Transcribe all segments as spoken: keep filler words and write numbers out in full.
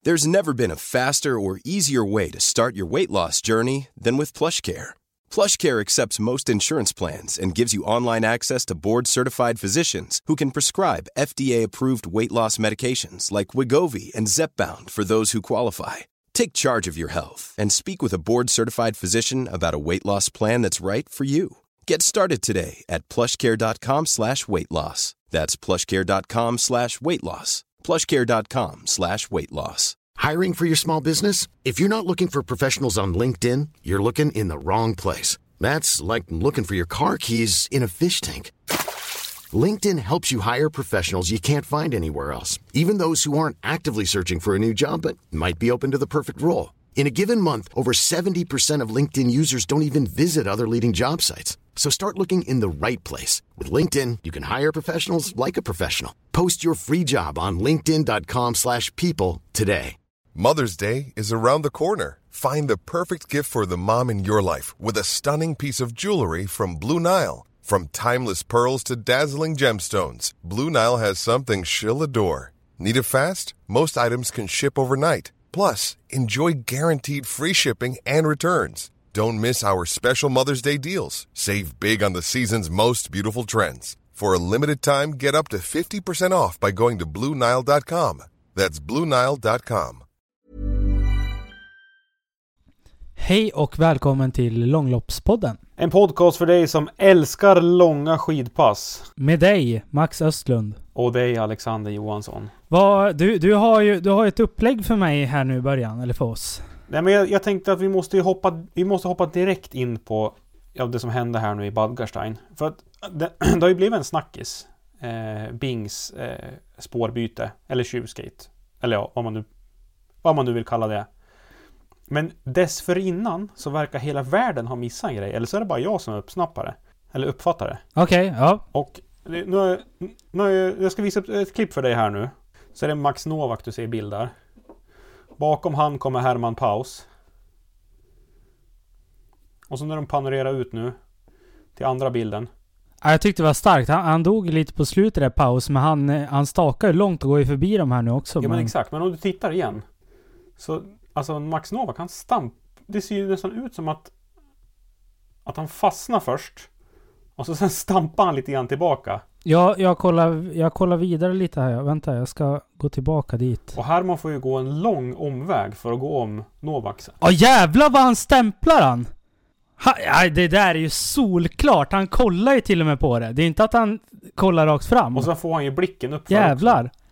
There's never been a faster or easier way to start your weight loss journey than with PlushCare. PlushCare accepts most insurance plans and gives you online access to board-certified physicians who can prescribe F D A-approved weight loss medications like Wegovy and Zepbound for those who qualify. Take charge of your health and speak with a board-certified physician about a weight loss plan that's right for you. Get started today at plushcare.com slash weight loss. That's plushcare.com slash weight loss. plushcare.com slash weight loss. Hiring for your small business? If you're not looking for professionals on LinkedIn, you're looking in the wrong place. That's like looking for your car keys in a fish tank. LinkedIn helps you hire professionals you can't find anywhere else, even those who aren't actively searching for a new job but might be open to the perfect role. In a given month, over seventy percent of LinkedIn users don't even visit other leading job sites. So start looking in the right place. With LinkedIn, you can hire professionals like a professional. Post your free job on linkedin.com slash people today. Mother's Day is around the corner. Find the perfect gift for the mom in your life with a stunning piece of jewelry from Blue Nile. From timeless pearls to dazzling gemstones, Blue Nile has something she'll adore. Need it fast? Most items can ship overnight. Plus, enjoy guaranteed free shipping and returns. Don't miss our special Mother's Day deals. Save big on the season's most beautiful trends. For a limited time, get up to fifty percent off by going to blue nile dot com. That's blue nile dot com. Hej och välkommen till Långloppspodden. En podcast för dig som älskar långa skidpass. Med dig, Max Östlund. Och dig, Alexander Johansson. Vad, du, du har ju du har ett upplägg för mig här nu i början, eller för oss. Nej, men jag, jag tänkte att vi måste ju hoppa, vi måste hoppa direkt in på ja, det som hände här nu i Badgarstein. För att det, det har ju blivit en snackis. Eh, Bings eh, spårbyte. Eller tjuvskate. Eller ja, vad man, nu, vad man nu vill kalla det. Men dessförinnan så verkar hela världen ha missat en grej. Eller så är det bara jag som uppsnappar det. Eller uppfattar det. Okej, okay, ja. Och nu, har jag, nu har jag, jag ska visa ett, ett klipp för dig här nu. Så är det Max Novak du ser i bild där. Bakom han kommer Herman Paus. Och så när de panorerar ut nu till andra bilden. Ja, jag tyckte det var starkt. Han, han dog lite på slutet där, Paus. Men han, han stakar ju långt och går ju förbi de här nu också. Ja, men, men exakt. Men om du tittar igen. Så alltså Max Novak, han stamp. Det ser ju nästan ut som att att han fastnar först. Och så sen stampar han lite grann tillbaka. Ja, jag kollar, jag kollar vidare lite här. Vänta, jag ska gå tillbaka dit. Och Herman får ju gå en lång omväg för att gå om Novak. Ja, jävlar vad han stämplar han! Ha, ja, det där är ju solklart. Han kollar ju till och med på det. Det är inte att han kollar rakt fram. Och så får han ju blicken upp för jävlar. Också.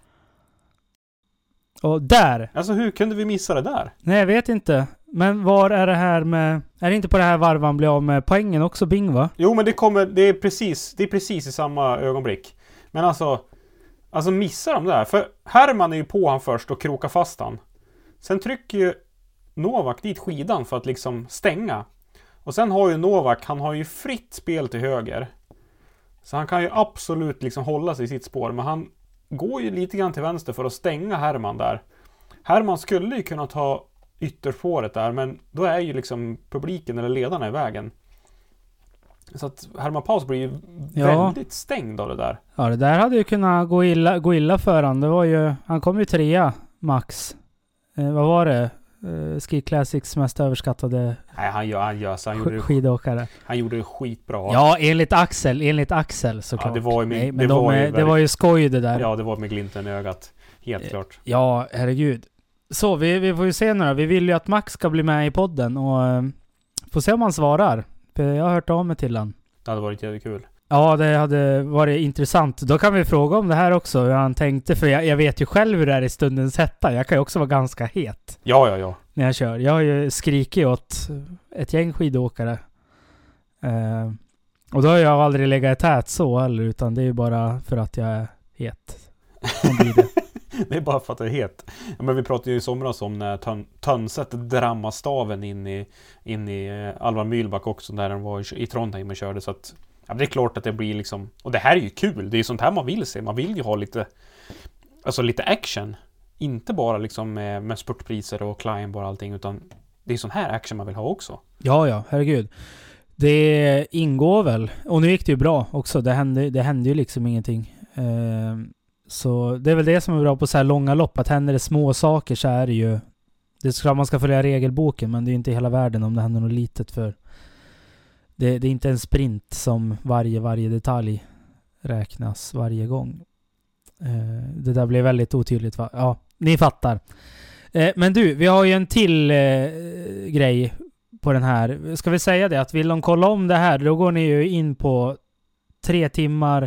Och där. Alltså hur kunde vi missa det där? Nej, jag vet inte. Men var är det här med... Är det inte på det här varvan blir av med poängen också, Bing, va? Jo, men det kommer... Det är precis, det är precis i samma ögonblick. Men alltså... Alltså missar de där. För Herman är ju på han först och krokar fast han. Sen trycker ju Novak dit skidan för att liksom stänga. Och sen har ju Novak... Han har ju fritt spel till höger. Så han kan ju absolut liksom hålla sig i sitt spår. Men han går ju lite grann till vänster för att stänga Herman där. Herman skulle ju kunna ta ytterspåret där, men då är ju liksom publiken eller ledarna i vägen. Så att Herman Paus blir ju ja. väldigt stängd av det där. Ja, det där hade ju kunnat gå illa, gå illa för han. Det var ju, han kom ju trea, Max. Eh, vad var det? Eh, Ski Classics mest överskattade Nej, han gör, han gör så han gjorde det, skidåkare. Han gjorde det skitbra. Ja, enligt Axel, enligt Axel såklart. Ja, det var ju med, Nej, men det, de var är, ju det var ju skoj det där. Ja, det var med glimten i ögat. Helt eh, klart. Ja, herregud. Så, vi, vi får ju se nu då. Vi vill ju att Max ska bli med i podden och uh, får se om han svarar. För jag har hört av mig till han. Det hade varit jättekul. Ja, det hade varit intressant. Då kan vi fråga om det här också, hur han tänkte. För jag, jag vet ju själv hur det är i stundens hetta. Jag kan ju också vara ganska het. Ja, ja, ja. När jag kör. Jag har ju skrikit åt ett gäng skidåkare. Uh, och då har jag aldrig legat i tät så heller, utan det är ju bara för att jag är het. Blir det. Det är bara för att det är het. Ja, men vi pratade ju i somras om när tön- Tönset dramma staven in i, in i Alvar Mühlback också, där den var i, i Trondheim och körde. Så att, ja, det är klart att det blir liksom... Och det här är ju kul. Det är ju sånt här man vill se. Man vill ju ha lite, alltså lite action. Inte bara liksom med, med spurtpriser och climb och allting, utan det är sån här action man vill ha också. Ja, ja, herregud. Det ingår väl. Och nu gick det ju bra också. Det hände, det hände ju liksom ingenting. Eh, Så det är väl det som är bra på så här långa lopp. Att händer det små saker så är det ju... Det är klart man ska följa regelboken, men det är ju inte hela världen om det händer något litet. För det, det är inte en sprint som varje, varje detalj räknas varje gång. Eh, det där blev väldigt otydligt, va? Ja, ni fattar. Eh, men du, vi har ju en till eh, grej på den här. Ska vi säga det? Att vill de kolla om det här, då går ni ju in på tre timmar,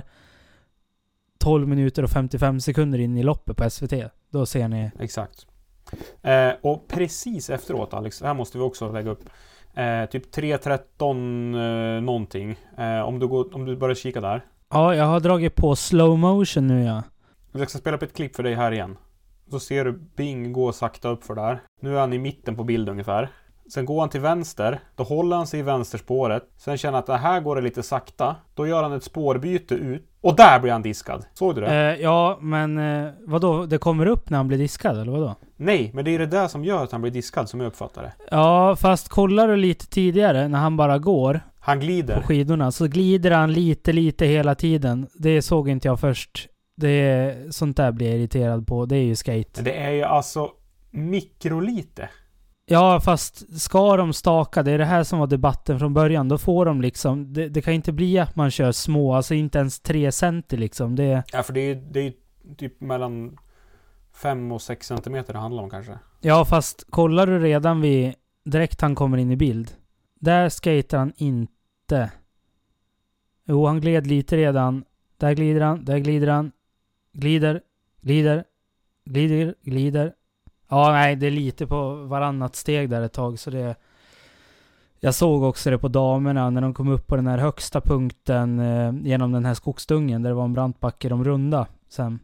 tolv minuter och femtiofem sekunder in i loppet på S V T. Då ser ni... Exakt. Eh, och precis efteråt, Alex, här måste vi också lägga upp eh, typ tre tretton eh, någonting. Eh, om, du går, om du börjar kika där. Ja, jag har dragit på slow motion nu, ja. Jag ska spela upp ett klipp för dig här igen. Så ser du Bing gå sakta upp för där. Nu är han i mitten på bild ungefär. Sen går han till vänster. Då håller han sig i vänsterspåret. Sen känner han att det här går det lite sakta. Då gör han ett spårbyte ut. Och där blir han diskad. Såg du det? Eh, ja, men eh, vadå? Det kommer upp när han blir diskad, eller vadå? Nej, men det är det där som gör att han blir diskad, som jag uppfattar det. Ja, fast kollar du lite tidigare när han bara går Han glider. på skidorna, så glider han lite, lite hela tiden. Det såg inte jag först. Det är, sånt där blir jag irriterad på. Det är ju skate. Men det är ju alltså mikrolite. Ja, fast ska de staka, det är det här som var debatten från början. Då får de liksom, det, det kan inte bli att man kör små, alltså inte ens tre centi liksom. Det... Ja, för det är, det är typ mellan fem och sex centimeter det handlar om kanske. Ja, fast kollar du redan vid, direkt han kommer in i bild. Där skater han inte. Jo, han gled lite redan. Där glider han, där glider han. Glider, glider, glider, glider. Ja, nej, det är lite på varannat steg där ett tag. Så det... Jag såg också det på damerna när de kom upp på den här högsta punkten eh, genom den här skogsdungen där det var en brantbacke de runda sen.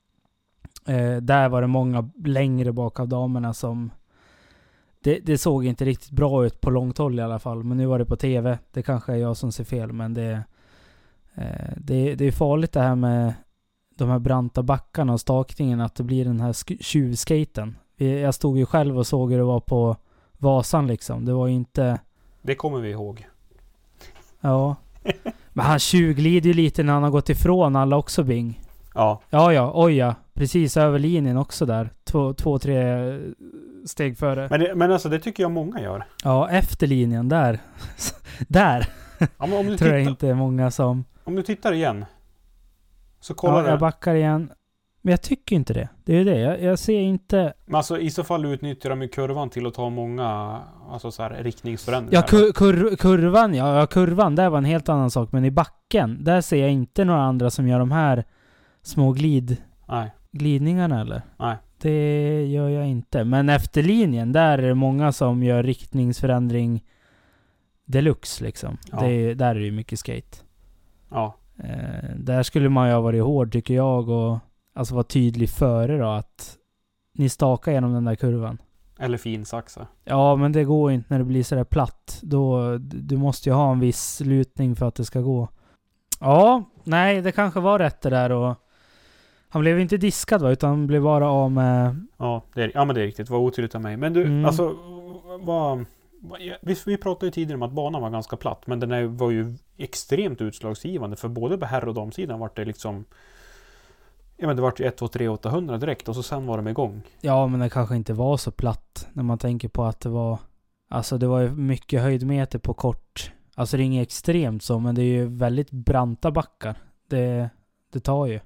Eh, där var det många längre bak av damerna som... Det, det såg inte riktigt bra ut på långt håll i alla fall. Men nu var det på tv. Det kanske är jag som ser fel, men det... Eh, det, det är farligt det här med de här branta backarna och stakningen, att det blir den här sk- tjuvskaten. Jag stod ju själv och såg hur det var på Vasan liksom. Det var ju inte... Det kommer vi ihåg. Ja. Men han tjuvglider ju lite när han har gått ifrån alla också, Bing. Ja. Ja, ja. Oj ja. Precis över linjen också där. Två, två tre steg före. Men, det, men alltså det tycker jag många gör. Ja, efter linjen där. där. Ja, men om du tror jag tittar, inte är många som... Om du tittar igen. Så kollar Ja, du. jag backar igen. Men jag tycker inte det. Det är ju det. Jag, jag ser inte... Men alltså i så fall utnyttjar de ju kurvan till att ta många alltså så här riktningsförändringar. Ja, kur, kur, kurvan, ja, ja, kurvan, där var en helt annan sak. Men i backen, där ser jag inte några andra som gör de här små glid, Nej. glidningarna, eller? Nej. Det gör jag inte. Men efter linjen, där är det många som gör riktningsförändring deluxe, liksom. Ja. Det är, där är det ju mycket skate. Ja. Eh, där skulle man ju ha varit hård, tycker jag, och alltså vara tydlig före då, att ni stakar genom den där kurvan. Eller fin saxa. Ja, men det går inte när det blir så där platt. Då, du måste ju ha en viss lutning för att det ska gå. Ja, nej, det kanske var rätt det där. Och han blev inte diskad, va, utan blev bara av med... Ja, det är, ja men det är riktigt. Det var otydligt av mig. Men du, Mm. alltså... Vad, vi, vi pratade ju tidigare om att banan var ganska platt. Men den är, var ju extremt utslagsgivande. För både på herr- och damsidan var det liksom... Ja, men det var ju ett, två, tre, åttahundra direkt. Och så sen var de igång. Ja, men det kanske inte var så platt. När man tänker på att det var... Alltså det var ju mycket höjdmeter på kort. Alltså det är inget extremt så, men det är ju väldigt branta backar. Det, det tar ju.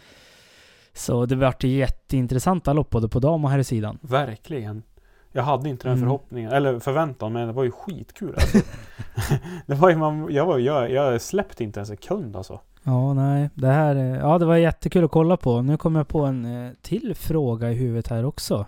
Så det vart jätteintressanta lopp både på dam och här i sidan. Verkligen. Jag hade inte den Mm. förhoppningen. Eller förväntan, men det var ju skitkul. Alltså. det var ju, man, jag, var, jag, jag släppte inte en sekund alltså. Ja, nej. Det här... är- Ja, det var jättekul att kolla på. Nu kommer jag på en eh, till fråga i huvudet här också.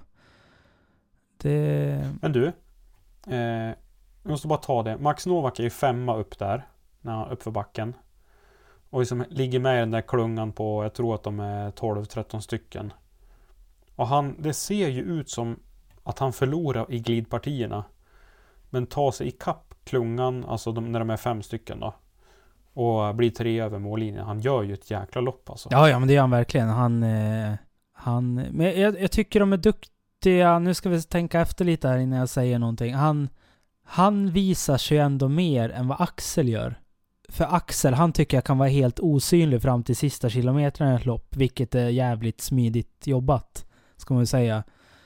Det... Men du, eh, jag måste bara ta det. Max Novak är ju femma upp där, när han upp för backen. Och liksom ligger med i den där klungan på, jag tror att de är tolv tretton stycken. Och han, det ser ju ut som att han förlorar i glidpartierna. Men tar sig i kapp klungan, alltså de, när de är fem stycken då. Och blir tre över mållinjen. Han gör ju ett jäkla lopp alltså. Ja, ja, men det gör han verkligen. Han... Eh, han men jag, jag tycker de är duktiga. Nu ska vi tänka efter lite här innan jag säger någonting. Han, han visar sig ändå mer än vad Axel gör. för Axel, han tycker jag kan vara helt osynlig fram till sista kilometern i ett lopp, vilket är jävligt smidigt jobbat, ska man säga.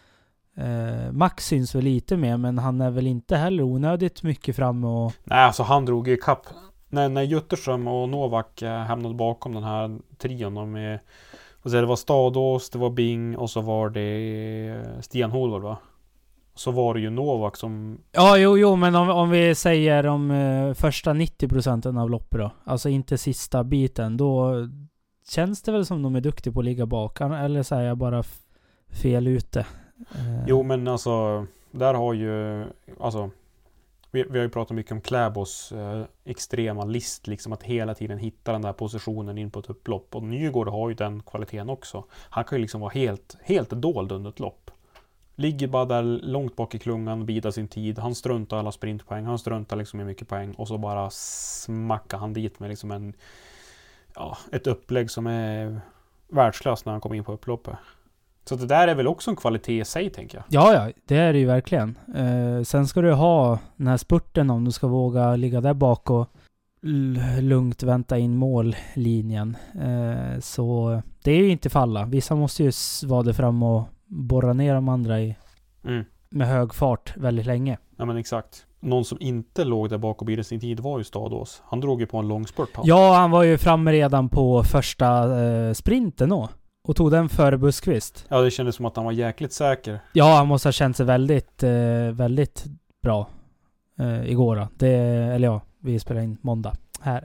Eh, Max syns väl lite mer, men han är väl inte heller onödigt mycket fram och... Nej, alltså han drog i kapp. När, när Jutterström och Novak eh, hamnade bakom den här trion med... Och så det var Stadås, det var Bing och så var det Stian Holvard, va? Så var det ju Novak som... Ja, jo, jo, men om, om vi säger om eh, första nittio procenten av loppet då, alltså inte sista biten, då känns det väl som de är duktiga på att ligga bak, eller säger jag bara f- fel ute? Eh. Jo, men alltså, där har ju... Alltså, vi, vi har ju pratat mycket om Kläbos eh, extrema list, liksom att hela tiden hitta den där positionen in på ett upplopp. Och Nygård har ju den kvaliteten också. Han kan ju liksom vara helt, helt dold under ett lopp. Ligger bara där långt bak i klungan, bidar sin tid. Han struntar alla sprintpoäng. Han struntar liksom i mycket poäng. Och så bara smackar han dit med liksom en, ja, ett upplägg som är världsklass när han kommer in på upploppet. Så det där är väl också en kvalitet i sig, tänker jag. Ja, ja, det är det ju verkligen. Eh, sen ska du ha den här spurten om du ska våga ligga där bak och l- lugnt vänta in mållinjen. Eh, så det är ju inte falla. Vissa måste ju vara där fram och borra ner de andra i, Mm. med hög fart väldigt länge. Ja, men exakt. Någon som inte låg där bak och bidade sin tid var ju Stadås. Han drog ju på en lång spurt. Han. Ja, han var ju framme redan på första eh, sprinten då. Och tog den före Buskvist. Ja, det kändes som att han var jäkligt säker. Ja, han måste ha känt sig väldigt, eh, väldigt bra eh, igår då. Det, eller ja, vi spelar in måndag här.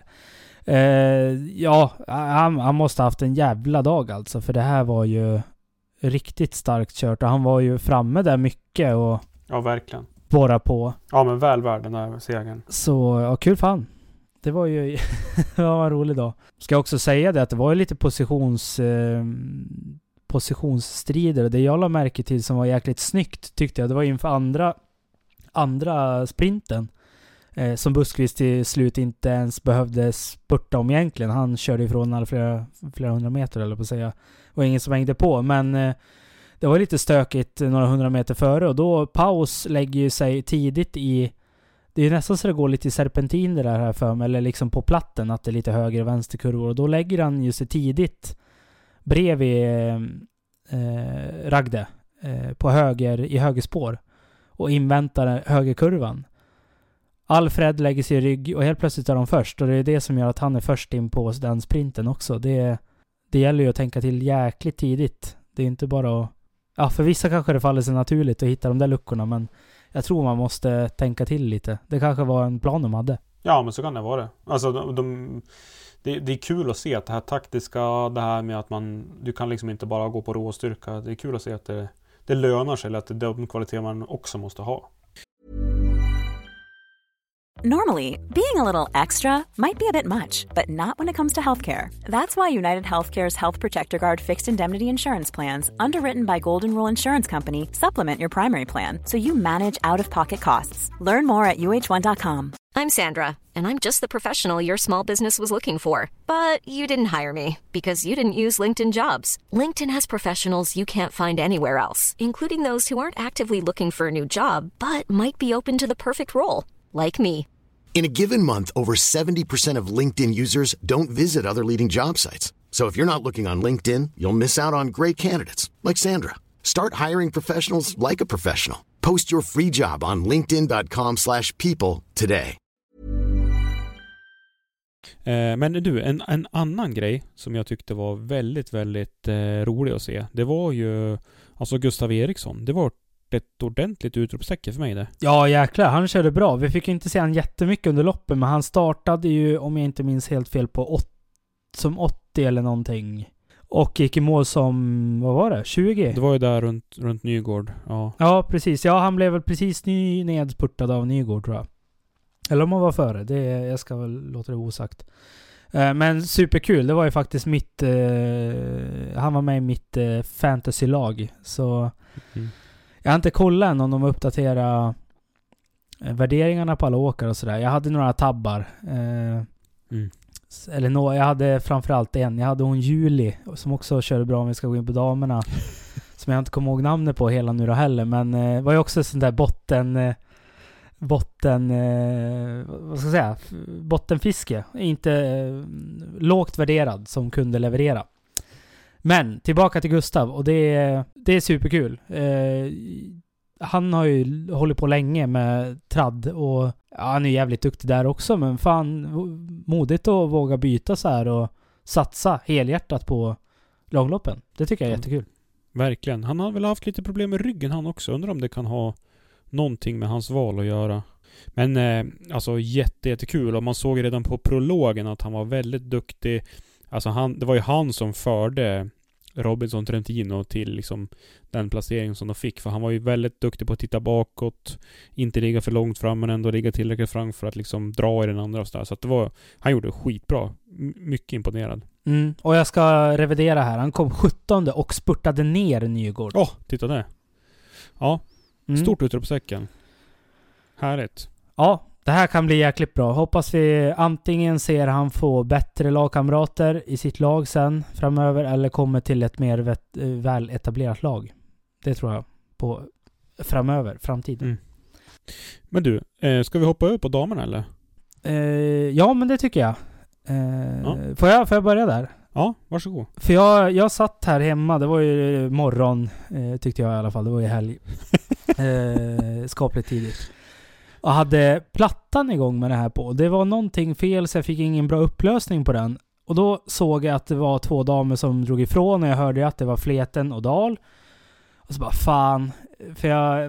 Eh, ja, han, han måste ha haft en jävla dag alltså. För det här var ju riktigt starkt kört. Och han var ju framme där mycket och Ja, verkligen. borra på. Ja, men väl värd den där segern. Så, ja, kul fan. Det var ju det var en rolig dag. Ska jag också säga det att det var ju lite positions eh, positionsstrider. Det jag la märke till som var jäkligt snyggt tyckte jag, det var inför andra andra sprinten eh, som Buskvist till slut inte ens behövde spurta om egentligen. Han körde ifrån alla flera, flera hundra meter eller på att säga. Det var ingen som hängde på, men eh, det var lite stökigt några hundra meter före och då paus lägger ju sig tidigt i. Det är nästan så det går lite i serpentin det där här för mig, eller liksom på platten att det är lite höger och vänsterkurvor. Och då lägger han ju sig tidigt bredvid eh, Ragde eh, på höger, i högerspår och inväntar högerkurvan. Alfred lägger sig i rygg och helt plötsligt är de först. Och det är det som gör att han är först in på den sprinten också. Det, det gäller ju att tänka till jäkligt tidigt. Det är inte bara att... Ja, för vissa kanske det faller sig naturligt att hitta de där luckorna, men jag tror man måste tänka till lite. Det kanske var en plan de hade. Ja, men så kan det vara. Alltså, de, de, det, det är kul att se att det här taktiska, det här med att man, du kan liksom inte bara gå på råstyrka. Det är kul att se att det, det lönar sig, eller att det är de kvaliteter man också måste ha. Normally, being a little extra might be a bit much, but not when it comes to healthcare. That's why United Healthcare's Health Protector Guard fixed indemnity insurance plans, underwritten by Golden Rule Insurance Company, supplement your primary plan so you manage out-of-pocket costs. Learn more at U H one dot com. I'm Sandra, and I'm just the professional your small business was looking for. But you didn't hire me because you didn't use LinkedIn Jobs. LinkedIn has professionals you can't find anywhere else, including those who aren't actively looking for a new job, but might be open to the perfect role, like me. In a given month, over seventy percent of LinkedIn users don't visit other leading job sites. So if you're not looking on LinkedIn, you'll miss out on great candidates like Sandra. Start hiring professionals like a professional. Post your free job on linkedin dot com slash people today. Eh, men du, en, en annan grej som jag tyckte var väldigt, väldigt eh, rolig att se. Det var ju alltså Gustav Eriksson. Det var ett ordentligt utropstecken för mig det. Ja, jäklar. Han körde bra. Vi fick ju inte se han jättemycket under loppen, men han startade ju, om jag inte minns helt fel, på åt, som åttio eller någonting. Och gick i mål som, vad var det? tjugo? Det var ju där runt, runt Nygård. Ja. Ja, precis. Ja, han blev väl precis ny nedspurtad av Nygård, tror jag. Eller om han var före. Det, jag ska väl låta det osagt. Eh, men superkul. Det var ju faktiskt mitt... Eh, han var med i mitt eh, fantasy-lag. Så... Mm. Jag har inte kollat än om de uppdaterar värderingarna på alla åkare och sådär. Jag hade några tabbar. Eh, mm. Eller no, jag hade framförallt en. Jag hade hon Julie som också körde bra om vi ska gå in på damerna. Som jag inte kommer ihåg namnet på hela nu då heller. Men det eh, var ju också sån där botten... Eh, botten, eh, vad ska jag säga, bottenfiske. Inte eh, lågt värderad som kunde leverera. Men tillbaka till Gustav, och det är, det är superkul. Eh, han har ju hållit på länge med tradd och ja, han är jävligt duktig där också, men fan modigt att våga byta så här och satsa helhjärtat på långloppen. Det tycker jag är jättekul. Verkligen. Han har väl haft lite problem med ryggen han också. Undrar om det kan ha någonting med hans val att göra. Men eh, alltså jätte, jättekul. Och man såg redan på prologen att han var väldigt duktig. Alltså han, det var ju han som förde Robinson Trentino till liksom den placeringen som de fick. För han var ju väldigt duktig på att titta bakåt. Inte ligga för långt fram men ändå ligga tillräckligt fram för att liksom dra i den andra och så där. Så att det var, han gjorde skitbra. M- mycket imponerad. Mm. Och jag ska revidera här. Han kom sjuttonde och spurtade ner Nygård. Åh, oh, titta det. Ja, mm. Stort utropsäcken. Härligt. Ja, det här kan bli jäkligt bra. Hoppas vi antingen ser han få bättre lagkamrater i sitt lag sen framöver eller kommer till ett mer vet, väl etablerat lag. Det tror jag på framöver, framtiden. Mm. Men du, eh, ska vi hoppa över på damerna eller? Eh, ja, men det tycker jag. Eh, ja. får jag. Får jag börja där? Ja, varsågod. För jag, jag satt här hemma, det var ju morgon eh, tyckte jag i alla fall, det var ju helg. eh, skapligt tidigt. Och hade plattan igång med det här på. Det var någonting fel så jag fick ingen bra upplösning på den. Och då såg jag att det var två damer som drog ifrån och jag hörde att det var Fleten och Dahl. Och så bara fan, för jag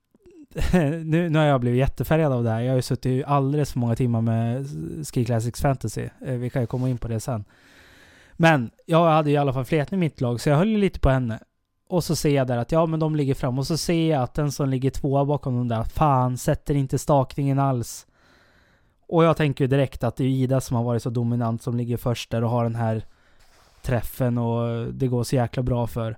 nu, nu har jag blivit jättefärgad av det här. Jag har ju suttit alldeles för många timmar med Ski Classics Fantasy. Vi kan ju komma in på det sen. Men jag hade i alla fall Fleten i mitt lag så jag höll lite på henne. Och så ser jag där att ja men de ligger fram. Och så ser jag att den som ligger tvåa bakom dem där, fan sätter inte stakningen alls. Och jag tänker ju direkt att det är Ida som har varit så dominant som ligger först där och har den här träffen och det går så jäkla bra för.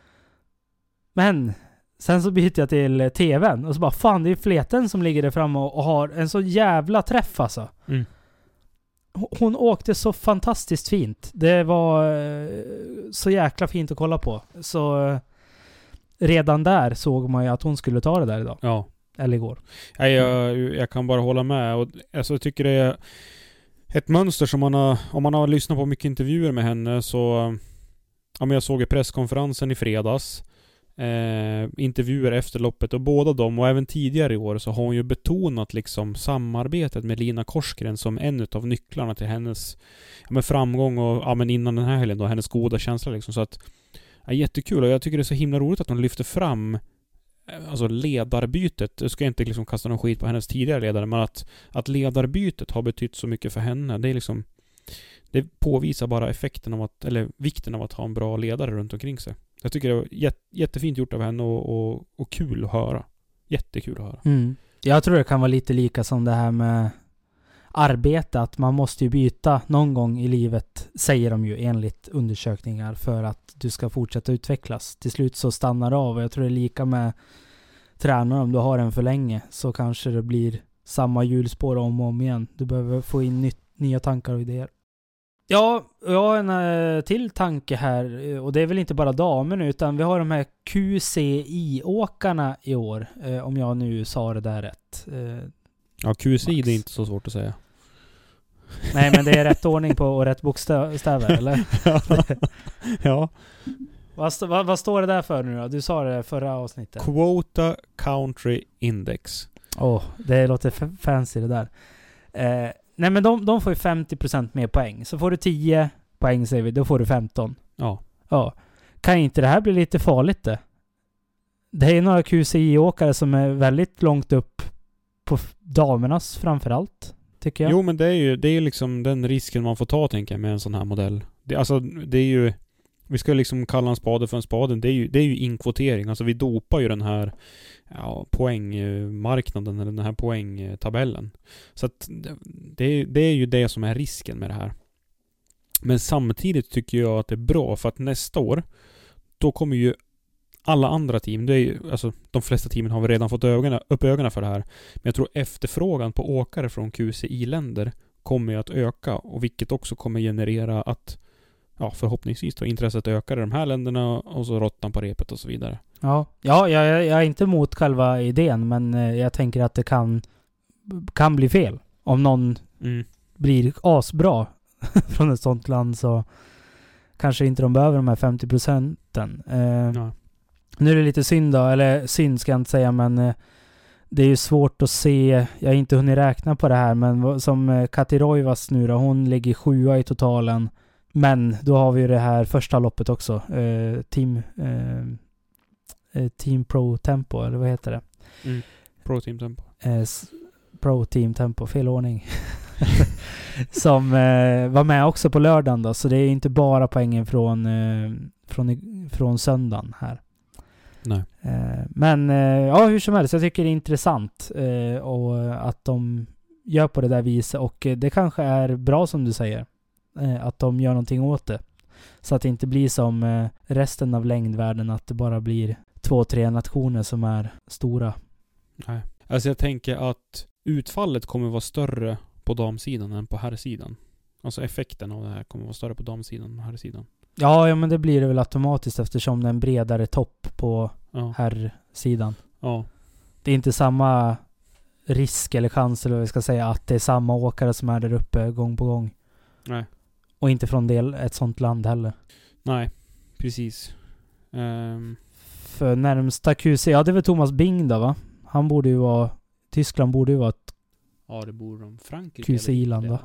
Men sen så byter jag till tvn och så bara fan det är Fleten som ligger där framme och, och har en så jävla träff alltså. Mm. Hon åkte så fantastiskt fint. Det var så jäkla fint att kolla på. Så redan där såg man ju att hon skulle ta det där idag. Ja. Eller igår. Ja, jag, jag kan bara hålla med. Och, alltså, jag tycker det är ett mönster som man har... Om man har lyssnat på mycket intervjuer med henne så... Ja, men jag såg i presskonferensen i fredags. Eh, intervjuer efter loppet och båda dem och även tidigare i år så har hon ju betonat liksom samarbetet med Lina Korsgren som en av nycklarna till hennes ja, med framgång och ja, men innan den här helgen då hennes goda känsla liksom. Så att ja, jättekul och jag tycker det är så himla roligt att hon lyfter fram alltså ledarbytet. Jag ska inte liksom kasta någon skit på hennes tidigare ledare men att, att ledarbytet har betytt så mycket för henne. Det är liksom det påvisar bara effekten av att eller vikten av att ha en bra ledare runt omkring sig. Jag tycker det var jätte, jättefint gjort av henne och, och, och kul att höra. Jättekul att höra. Mm. Jag tror det kan vara lite lika som det här med arbete. Att man måste ju byta någon gång i livet, säger de ju enligt undersökningar, för att du ska fortsätta utvecklas. Till slut så stannar det av. Och jag tror det är lika med tränare. Om du har en för länge så kanske det blir samma hjulspår om och om igen. Du behöver få in nytt, nya tankar och idéer. Ja, jag har en till tanke här och det är väl inte bara damer nu utan vi har de här Q C I-åkarna i år, eh, om jag nu sa det där rätt. Eh, ja, Q C I Max. Det är inte så svårt att säga. Nej, men det är rätt ordning på och rätt bokstäver, eller? Ja. Vad, st- vad, vad står det där för nu då? Du sa det förra avsnittet. Quota Country Index. Åh, oh, det låter f- fancy det där. Eh, Nej men de, de får ju femtio procent mer poäng. Så får du tio poäng säger vi, då får du femton. Ja. Ja. Kan inte det här bli lite farligt det? Det är några Q C I-åkare som är väldigt långt upp på damernas framförallt, tycker jag. Jo men det är ju det är liksom den risken man får ta tänker jag med en sån här modell. Det, alltså det är ju vi ska liksom kalla en spade för en spade. Det är ju, det är ju inkvotering. Alltså vi dopar ju den här ja, poängmarknaden eller den här poängtabellen. Så att det, det är ju det som är risken med det här. Men samtidigt tycker jag att det är bra för att nästa år då kommer ju alla andra team, det är ju, alltså de flesta teamen har vi redan fått ögonen, upp ögonen för det här. Men jag tror efterfrågan på åkare från Q C I-länder kommer ju att öka och vilket också kommer generera att ja, förhoppningsvis då intresset ökar i de här länderna och så råttan på repet och så vidare. Ja, ja jag, jag är inte emot själva idén men jag tänker att det kan kan bli fel. Om någon Mm. blir asbra från ett sånt land så kanske inte de behöver de här femtio procenten. Eh, Ja. Nu är det lite synd då, eller synd ska jag inte säga, men eh, det är ju svårt att se. Jag har inte hunnit räkna på det här, men v- som eh, Kati Roivas nu då, hon ligger sjua i totalen. Men då har vi ju det här första loppet också. Eh, team, eh, eh, team Pro Tempo, eller vad heter det? Mm. Pro Team Tempo. Eh, s- Pro Team Tempo, fel ordning. Som eh, var med också på lördagen då. Så det är inte bara poängen från, eh, från, i- från söndagen här. Nej. Eh, men eh, ja, hur som helst, jag tycker det är intressant eh, och att de gör på det där viset, och eh, det kanske är bra som du säger, eh, att de gör någonting åt det, så att det inte blir som eh, resten av längdvärlden, att det bara blir två, tre nationer som är stora. Nej. Alltså jag tänker att utfallet kommer vara större på damsidan än på herrsidan. Alltså effekten av det här kommer vara större på damsidan än på herrsidan. Ja, ja, men det blir det väl automatiskt eftersom det är en bredare topp på Ja. herrsidan. Ja. Det är inte samma risk eller chans, eller vad vi ska säga, att det är samma åkare som är där uppe gång på gång. Nej. Och inte från del, ett sånt land heller. Nej. Precis. Ehm, För närmsta Q C, ja det är väl Thomas Bing då, va? Han borde ju vara, Tyskland borde ju vara ett, ja, det bor de. Frankrike. Q C-land, eller va?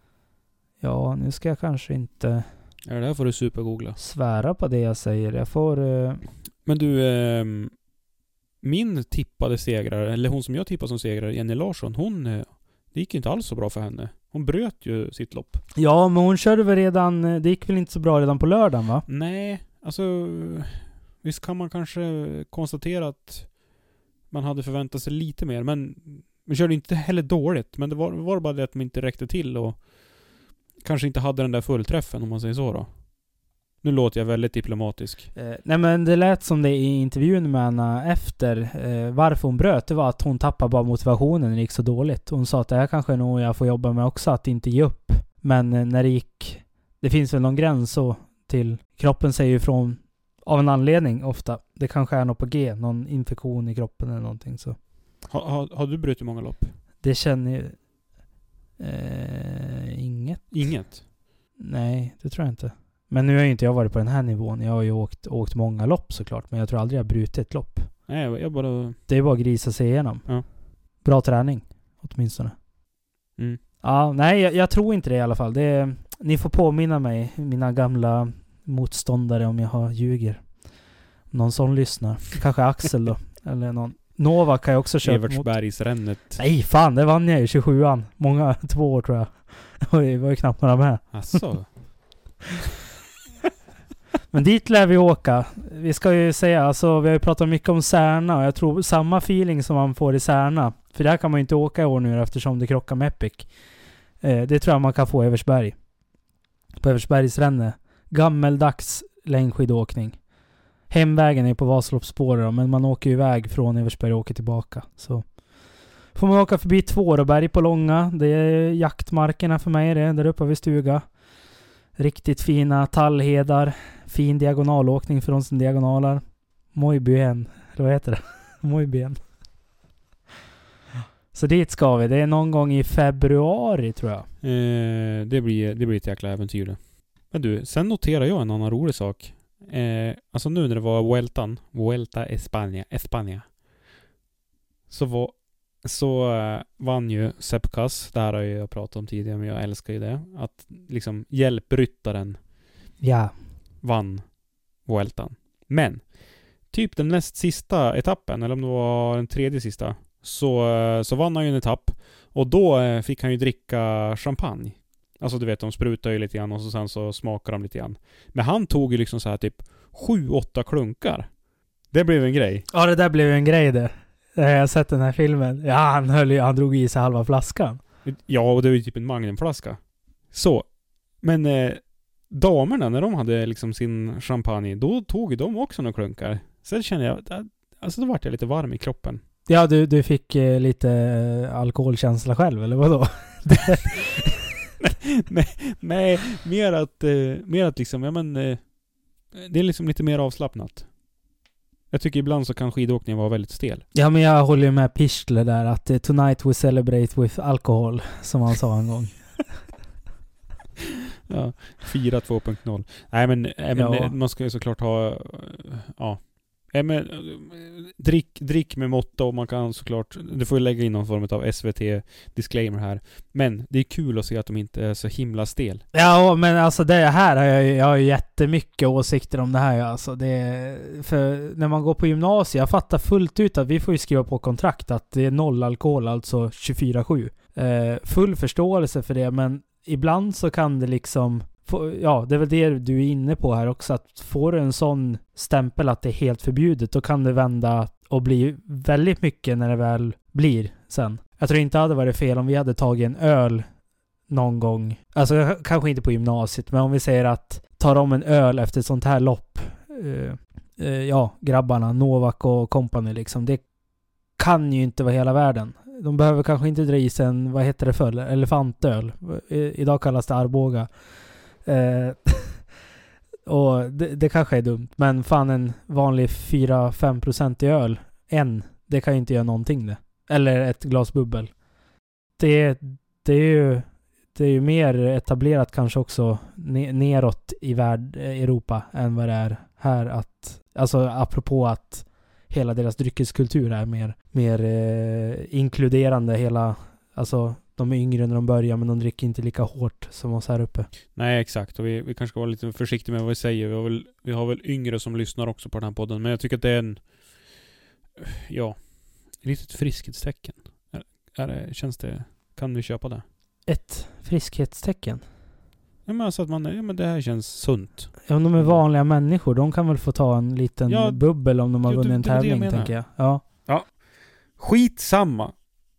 Ja, nu ska jag kanske inte Ja, det här får du supergoogla. svära på det jag säger. Jag får... eh, Men du, ehm, min tippade segrare, eller hon som jag tippade som segrare, Jenny Larsson, hon, eh, det gick ju inte alls så bra för henne. Hon bröt ju sitt lopp. Ja, men hon körde väl redan... Det gick väl inte så bra redan på lördagen, va? Nej, alltså visst kan man kanske konstatera att man hade förväntat sig lite mer, men man körde inte heller dåligt, men det var, var bara det att man inte räckte till och kanske inte hade den där fullträffen, om man säger så då. Nu låter jag väldigt diplomatisk. Eh, nej, men det lät som det i intervjun med henne efter eh, varför hon bröt. Det var att hon tappade bara motivationen när det gick så dåligt. Hon sa att det här kanske är nog jag får jobba med också, att inte ge upp. Men eh, när det gick... Det finns väl någon gräns så till... Kroppen säger ju ifrån av en anledning ofta. Det kanske är något på G. Någon infektion i kroppen eller någonting så. Har, har, har du brutit många lopp? Det känner ju... Eh, inget. Inget? Nej, det tror jag inte. Men nu har ju inte jag varit på den här nivån. Jag har ju åkt, åkt många lopp såklart. Men jag tror aldrig jag har brutit ett lopp. Nej, jag bara... Det är bara att grisa sig igenom. Ja. Bra träning, åtminstone. Mm. Ja, nej, jag, jag tror inte det i alla fall. Det är, ni får påminna mig, mina gamla motståndare, om jag har ljuger. Någon sån lyssnar. Kanske Axel då. Eller någon. Nova kan jag också köra mot. Evertsbergsrännet. Nej, fan, det vann jag ju. tjugosjuan. Många, två år tror jag. Det var ju knappt några med. Asså? Men dit lär vi åka. Vi ska ju säga, alltså vi har ju pratat mycket om Särna, och jag tror samma feeling som man får i Särna. För där kan man ju inte åka i år nu eftersom det krockar med Epic. Eh, det tror jag man kan få i Eversberg. På Eversbergs ränne. Gammeldags längdskidåkning. Hemvägen är på Vasaloppsspåret, men man åker ju iväg från Eversberg och åker tillbaka. Så får man åka förbi Tvåråberg på Långa. Det är jaktmarkerna för mig det, där uppe vid stuga. Riktigt fina tallhedar. Fin diagonalåkning för de som diagonalar. Mojbyen. Eller vad heter det? Mojbyen. Så dit ska vi. Det är någon gång i februari tror jag. Eh, det, blir, det blir ett jäkla äventyr det. Men du, sen noterar jag en annan rolig sak. Eh, alltså nu när det var Vueltan. Vuelta España. España. Så var så uh, vann ju Sepp Kuss. Det här har jag pratat om tidigare, men jag älskar ju det. Att liksom hjälpryttaren Ja. vann Vueltan. Men typ den näst sista etappen, eller om det var den tredje sista, så, uh, så vann han ju en etapp. Och då uh, fick han ju dricka champagne. Alltså du vet, de sprutar ju lite grann och så sen så smakar de lite grann. Men han tog ju liksom så här typ sju, åtta klunkar. Det blev en grej. Ja, det där blev ju en grej där. Jag har sett den här filmen. Ja, han höll ju, han drog i sig halva flaskan. Ja, och det var ju typ en magnumflaska. Så. Men eh, damerna, när de hade liksom sin champagne, då tog de också några klunkar. Sen kände jag, alltså då vart jag lite varm i kroppen. Ja, du, du fick eh, lite eh, alkoholkänsla själv, eller vadå? nej, nej, mer att, eh, mer att liksom, ja men, eh, det är liksom lite mer avslappnat. Jag tycker ibland så kan skidåkningen vara väldigt stel. Ja, men jag håller ju med Pichler där att uh, tonight we celebrate with alcohol, som han sa en gång. Ja, fyra två punkt noll. Nej men, nej, men ja. Man ska ju såklart ha ja. Nej, men, drick, drick med måtta, och man kan såklart, du får ju lägga in någon form av S V T-disclaimer här. Men det är kul att se att de inte är så himla stel. Ja, men alltså det här har jag, jag har ju jättemycket åsikter om det här. Alltså det, för när man går på gymnasiet, jag fattar fullt ut att vi får ju skriva på kontrakt att det är noll alkohol, alltså tjugofyra sju. Eh, full förståelse för det, men ibland så kan det liksom... Ja, det är väl det du är inne på här också, att får du en sån stämpel att det är helt förbjudet, då kan det vända och bli väldigt mycket när det väl blir sen. Jag tror inte det hade varit fel om vi hade tagit en öl någon gång, alltså kanske inte på gymnasiet, men om vi säger att tar de en öl efter ett sånt här lopp, uh, uh, ja, grabbarna, Novak och company liksom, det kan ju inte vara hela världen. De behöver kanske inte dra i sig en, vad heter det för, elefantöl. I, idag kallas det Arboga. Eh, och det, det kanske är dumt, men fan, en vanlig fyra till fem procent i öl, en, det kan ju inte göra någonting det. Eller ett glas bubbel. Det, det är ju det är ju mer etablerat kanske också neråt i värld, Europa, än vad det är här, att alltså apropå att hela deras dryckeskultur är mer, mer eh, inkluderande, hela, alltså de är yngre när de börjar, men de dricker inte lika hårt som oss här uppe. Nej, exakt. Och vi, vi kanske ska vara lite försiktiga med vad vi säger. Vi har, väl, vi har väl yngre som lyssnar också på den här podden. Men jag tycker att det är en... Ja, ett litet friskhetstecken. Är, är det, känns det... Kan vi köpa det? Ett friskhetstecken? Ja, men alltså att man... Ja, men det här känns sunt. Ja, om de är vanliga människor, de kan väl få ta en liten ja, bubbel om de har jo, vunnit en det, det tävling, jag tänker jag. Ja. Ja. Skitsamma.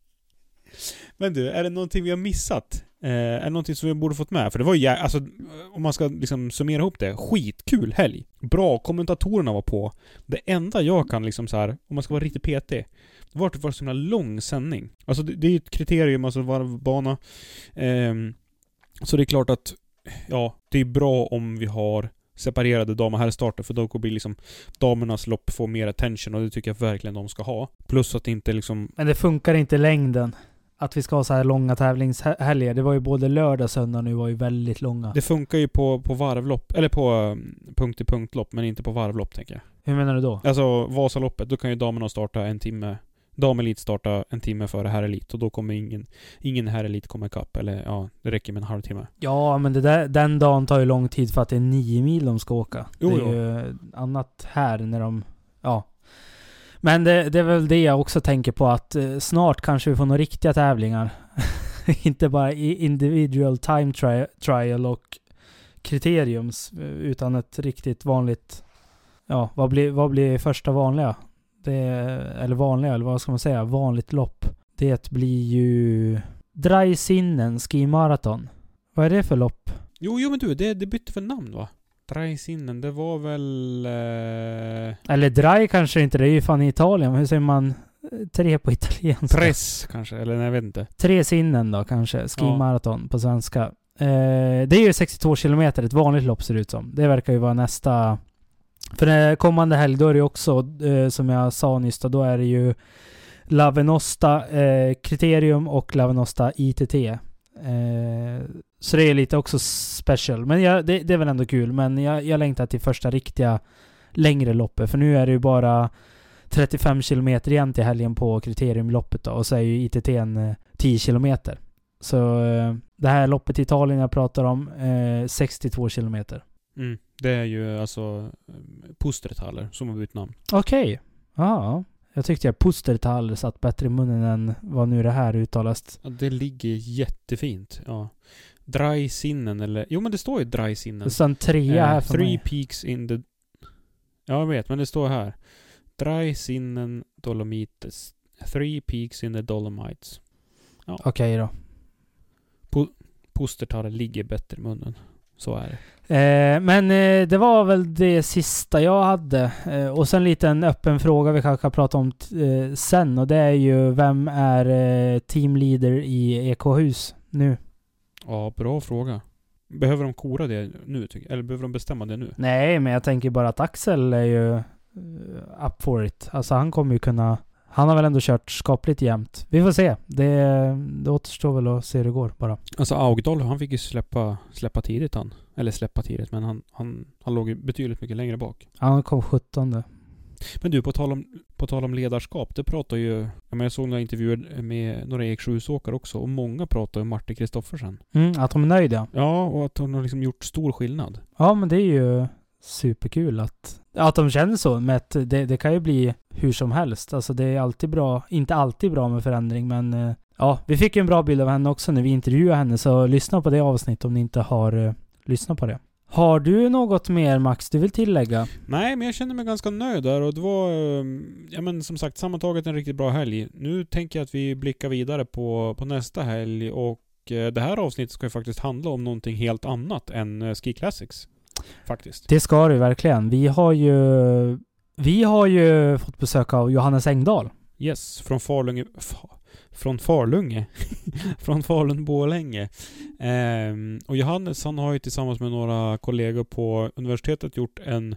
Men du, är det någonting vi har missat? Eh, är det någonting som vi borde fått med? För det var ju, alltså, om man ska liksom summera ihop det, skitkul helg. Bra, kommentatorerna var på. Det enda jag kan liksom så här, om man ska vara riktigt petig, det var att det var så himla lång sändning. Alltså det, det är ju ett kriterium, alltså varvbana. Eh, så det är klart att, ja, det är bra om vi har separerade dam- och herrstarter, för då kommer liksom damernas lopp få mer attention, och det tycker jag verkligen de ska ha. Plus att det inte liksom... Men det funkar inte i längden att vi ska ha så här långa tävlingshelger. Det var ju både lördag och söndag nu var ju väldigt långa. Det funkar ju på, på varvlopp, eller på um, punkt-till-punktlopp, men inte på varvlopp, tänker jag. Hur menar du då? Alltså Vasaloppet, då kan ju damerna starta en timme, damelit starta en timme före herrelit, och då kommer ingen ingen herrelit komma ikapp, eller ja, det räcker med en halvtimme. Ja, men det där, den dagen tar ju lång tid för att det är nio mil de ska åka. Jo, det är jo. ju annat här när de, ja. Men det, det är väl det jag också tänker på, att eh, snart kanske vi får några riktiga tävlingar. Inte bara individual time tri- trial och kriteriums, utan ett riktigt vanligt, ja, vad blir, vad blir första vanliga? Det, eller vanliga, eller vad ska man säga, vanligt lopp. Det blir ju Dreisinnen Ski Marathon. Vad är det för lopp? Jo, jo men du, det, det bytte för namn, va? Dreisinnen, det var väl... Eh... Eller Drai kanske inte, det är ju fan i Italien. Hur säger man tre på italienska? Press kanske, eller nej, jag vet inte. Tre sinnen då kanske, Ski ja. Marathon på svenska. Eh, det är ju sextiotvå kilometer, ett vanligt lopp ser det ut som. Det verkar ju vara nästa... För den kommande helg, då är det också, eh, som jag sa nyss, då, då är det ju La Venosta eh, kriterium och La Venosta I T T. Eh, så det är lite också special. Men jag, det, det är väl ändå kul. Men jag, jag längtar till första riktiga längre loppet. För nu är det ju bara trettiofem kilometer igen till helgen på kriteriumloppet då. Och så är ju I T T en eh, tio kilometer. Så eh, det här loppet i Italien jag pratar om, eh, sextiotvå kilometer. Mm. Det är ju alltså Pustertaler som har bytt namn. Okej. Okay. Ja. Jag tyckte jag Pustertaler satt bättre i munnen än vad nu det här uttalas. Ja, det ligger jättefint. Ja. Dreisinnen eller... Jo, men det står ju Dreisinnen. Det står en trea här eh, för Three mig. peaks in the... Ja, jag vet, men det står här. Dreisinnen Dolomites. Three peaks in the Dolomites. Ja. Okej okay, då. Pu- Pustertaler ligger bättre i munnen. Så är det. Eh, men eh, det var väl det sista jag hade. Eh, och sen lite en öppen fråga vi kanske kan prata om t- eh, sen. Och det är ju, vem är eh, teamleader i E K-hus nu? Ja, bra fråga. Behöver de kora det nu, tycker jag? Eller behöver de bestämma det nu? Nej, men jag tänker bara att Axel är ju uh, up for it. Alltså han kommer ju kunna... Han har väl ändå kört skapligt jämnt. Vi får se. Det, det återstår väl att se hur det går bara. Alltså Augdal, han fick ju släppa, släppa tidigt han. Eller släppa tidigt, men han, han, han låg betydligt mycket längre bak. Han kom sjuttonde. Men du, på tal om, på tal om ledarskap, det pratar ju... Jag, menar, jag såg några intervjuer med några Eksjöhusåkare också, och många pratar om Martin Kristoffersen. Mm, att de är nöjda. Ja, och att hon har liksom gjort stor skillnad. Ja, men det är ju superkul att, att de känner så. Med att det, det kan ju bli hur som helst. Alltså det är alltid bra, inte alltid bra med förändring, men ja, vi fick ju en bra bild av henne också när vi intervjuade henne, så lyssna på det avsnitt om ni inte har uh, lyssnat på det. Har du något mer, Max, du vill tillägga? Nej, men jag känner mig ganska nöjd där, och det var, ja men som sagt, sammantaget en riktigt bra helg. Nu tänker jag att vi blickar vidare på, på nästa helg, och det här avsnittet ska ju faktiskt handla om någonting helt annat än Ski Classics. Faktiskt. Det ska det verkligen. Vi har ju vi har ju fått besök av Johannes Engdahl. Yes, från Falunge fa, från Falunge från Falun-Borlänge. Ehm, och Johannes, han har ju tillsammans med några kollegor på universitetet gjort en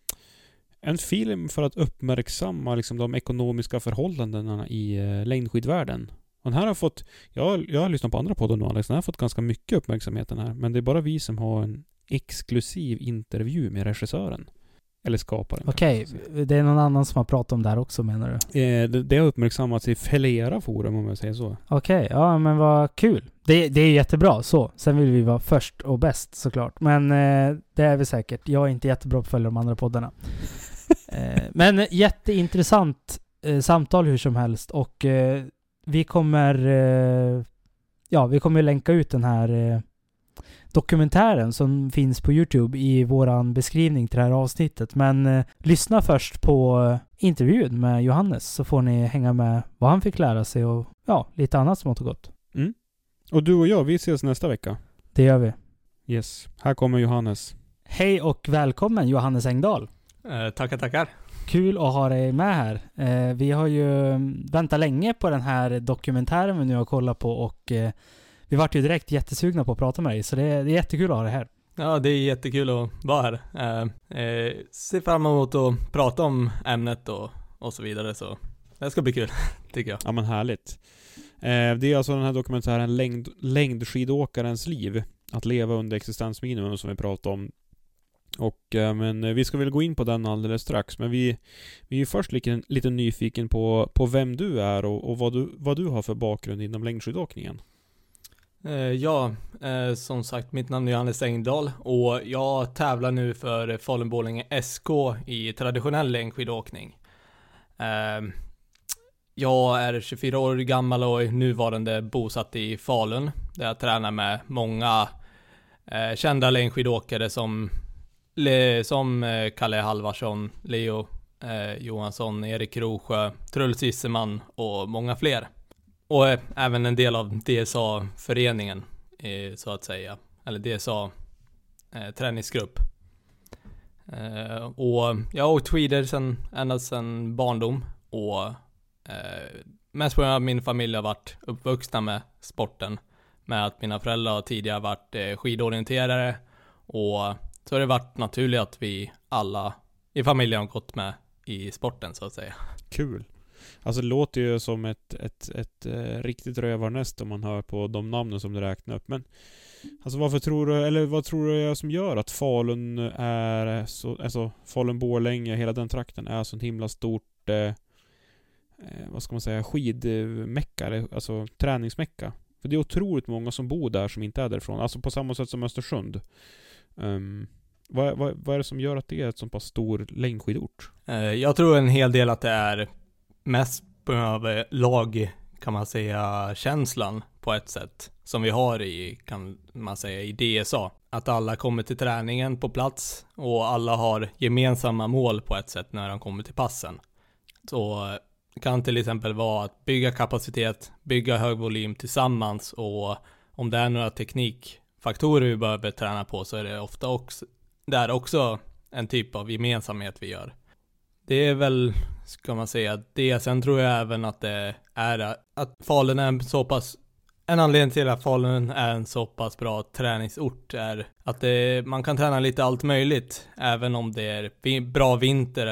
en film för att uppmärksamma liksom de ekonomiska förhållandena i eh, längdskidvärlden. Och den här har fått, jag, jag har lyssnat på andra poddar nu, Alex, den har fått ganska mycket uppmärksamhet den här, men det är bara vi som har en exklusiv intervju med regissören. Eller skaparen. Okej, okay. Det är någon annan som har pratat om det här också, menar du? Eh, det, det har uppmärksammats i flera forum, om jag säger så. Okej, okay, ja men vad kul. Det, det är jättebra så. Sen vill vi vara först och bäst såklart. Men eh, det är vi säkert. Jag är inte jättebra på att följa de andra poddarna. eh, men jätteintressant eh, samtal hur som helst. Och eh, vi kommer eh, ja, vi kommer länka ut den här eh, dokumentären som finns på YouTube i våran beskrivning till det här avsnittet. Men eh, lyssna först på eh, intervjun med Johannes, så får ni hänga med vad han fick lära sig och ja, lite annat smått och gott. Mm. Och du och jag, vi ses nästa vecka. Det gör vi. Yes, här kommer Johannes. Hej och välkommen Johannes Engdahl. Eh, tackar, tackar. Kul att ha dig med här. Eh, vi har ju väntat länge på den här dokumentären vi nu har kollat på, och eh, vi vart ju direkt jättesugna på att prata med dig, så det är, det är jättekul att ha dig här. Ja, det är jättekul att vara här. Eh, eh, ser fram emot att prata om ämnet och, och så vidare, så det ska bli kul, tycker jag. Ja, men härligt. Eh, det är alltså den här dokumentären längd, Längdskidåkarens liv. Att leva under existensminimum, som vi pratade om. Och, eh, men vi ska väl gå in på den alldeles strax. Men vi, vi är först lite, lite nyfiken på, på vem du är och, och vad, du, vad du har för bakgrund inom längdskidåkningen. Eh, ja, eh, som sagt, mitt namn är Johannes Engdahl och jag tävlar nu för Falun-Borlänge S K i traditionell längdskidåkning. Eh, jag är tjugofyra år gammal och är nuvarande bosatt i Falun, där jag tränar med många eh, kända längdskidåkare som, Le, som eh, Kalle Halvarsson, Leo eh, Johansson, Erik Rosjö, Truls Isseman och många fler. Och eh, även en del av D S A-föreningen, eh, så att säga. Eller D S A-träningsgrupp. Eh, och jag har åkt skidor sedan, ända sedan barndom. Och eh, mest på grund av att min familj har varit uppvuxna med sporten. Med att mina föräldrar har tidigare varit eh, skidorienterare. Och så har det varit naturligt att vi alla i familjen har gått med i sporten, så att säga. Kul. Alltså det låter ju som ett, ett, ett, ett riktigt rövarnäst om man hör på de namnen som du räknar upp. Men alltså varför tror du, eller vad tror du är som gör att Falun är så, alltså Falun-Borlänge, hela den trakten är så himla stort eh, vad ska man säga, skidmecka, eller alltså träningsmecka? För det är otroligt många som bor där som inte är därifrån. Alltså på samma sätt som Östersund. Um, vad, vad, vad är det som gör att det är ett så pass stor längdskidort? Jag tror en hel del att det är mest på grund av lag, kan man säga, känslan på ett sätt som vi har i, kan man säga, i D S A. Att alla kommer till träningen på plats och alla har gemensamma mål på ett sätt när de kommer till passen. Så kan till exempel vara att bygga kapacitet, bygga hög volym tillsammans, och om det är några teknikfaktorer vi behöver träna på, så är det ofta också, där också en typ av gemensamhet vi gör. Det är väl, ska man säga, det. Sen tror jag även att det är att Falun är en så pass, en anledning till att Falun är en så pass bra träningsort är att det, man kan träna lite allt möjligt, även om det är bra vinter eller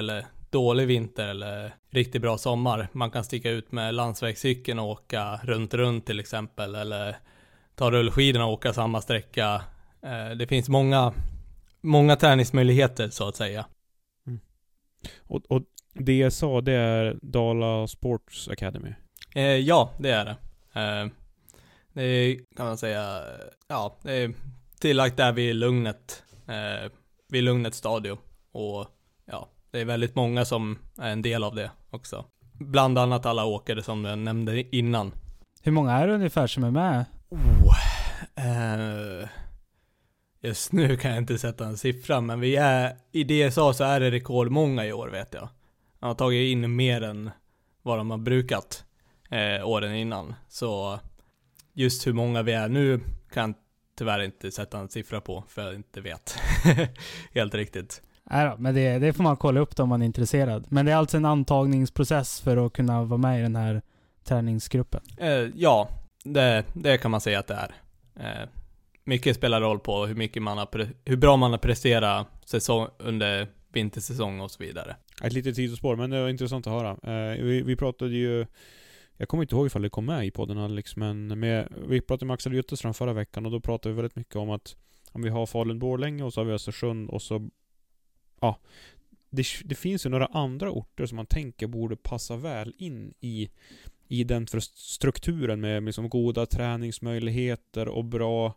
dålig vinter eller riktigt bra sommar. Man kan sticka ut med landsvägscykeln och åka runt runt till exempel, eller ta rullskidorna och åka samma sträcka. Det finns många, många träningsmöjligheter så att säga. Mm. Och, och det jag sa, det är Dala Sports Academy? Eh, ja, det är det. Eh, det är, kan man säga, ja, det är tillagt där vid Lugnet, eh, vid Lugnet stadio. Och ja, det är väldigt många som är en del av det också. Bland annat alla åkare som jag nämnde innan. Hur många är det ungefär som är med? Oh, eh, just nu kan jag inte sätta en siffra, men vi är, i det jag sa så är det rekordmånga i år, vet jag. De har tagit in mer än vad de har brukat eh, åren innan. Så just hur många vi är nu kan jag tyvärr inte sätta en siffra på, för jag inte vet. Helt riktigt. Nej då, men det, det får man kolla upp om man är intresserad. Men det är alltså en antagningsprocess för att kunna vara med i den här träningsgruppen? Eh, ja, det, det kan man säga att det är. Eh, mycket spelar roll på hur mycket man har pre- hur bra man har presterat säsong, under vintersäsong och så vidare. Ett litet tidsspår, men det var intressant att höra. Eh, vi, vi pratade ju, jag kommer inte ihåg ifall det kom med i podden Alex, men med, vi pratade med Axel Jutterström förra veckan och då pratade vi väldigt mycket om att om vi har Falun-Borlänge och så har vi Östersund och så ja, det, det finns ju några andra orter som man tänker borde passa väl in i i den för strukturen med liksom goda träningsmöjligheter och bra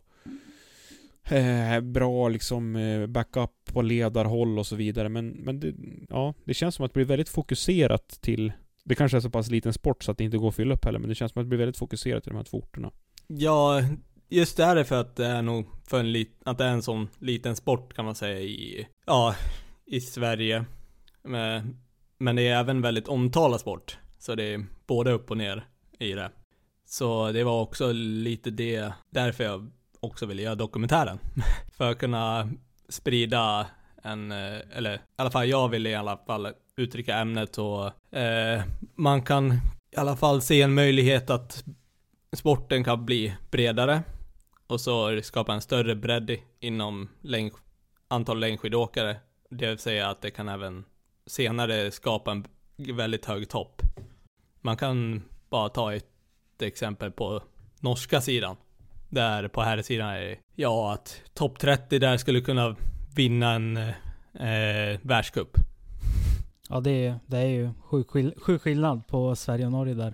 eh, bra liksom eh, backup på ledarhåll och så vidare, men, men det, ja, det känns som att det blir väldigt fokuserat till, det kanske är så pass liten sport så att det inte går att fylla upp heller, men det känns som att det blir väldigt fokuserat till de här två orterna. Ja, just det är det för att det är nog för en lit, att det är en sån liten sport kan man säga i, ja, i Sverige, men, men det är även väldigt omtalad sport. Så det är både upp och ner i det. Så det var också lite det, därför jag också ville göra dokumentären. För att kunna sprida en, eller i alla fall jag ville i alla fall uttrycka ämnet och eh, man kan i alla fall se en möjlighet att sporten kan bli bredare. Och så skapa en större bredd inom längd, antal längdskidåkare. Det vill säga att det kan även senare skapa en väldigt hög topp. Man kan bara ta ett exempel på norska sidan. Där på här sidan är det, ja, att topp trettio där skulle kunna vinna en eh, världscup. Ja, det är, det är ju sjuk, skill- sjuk skillnad på Sverige och Norge där.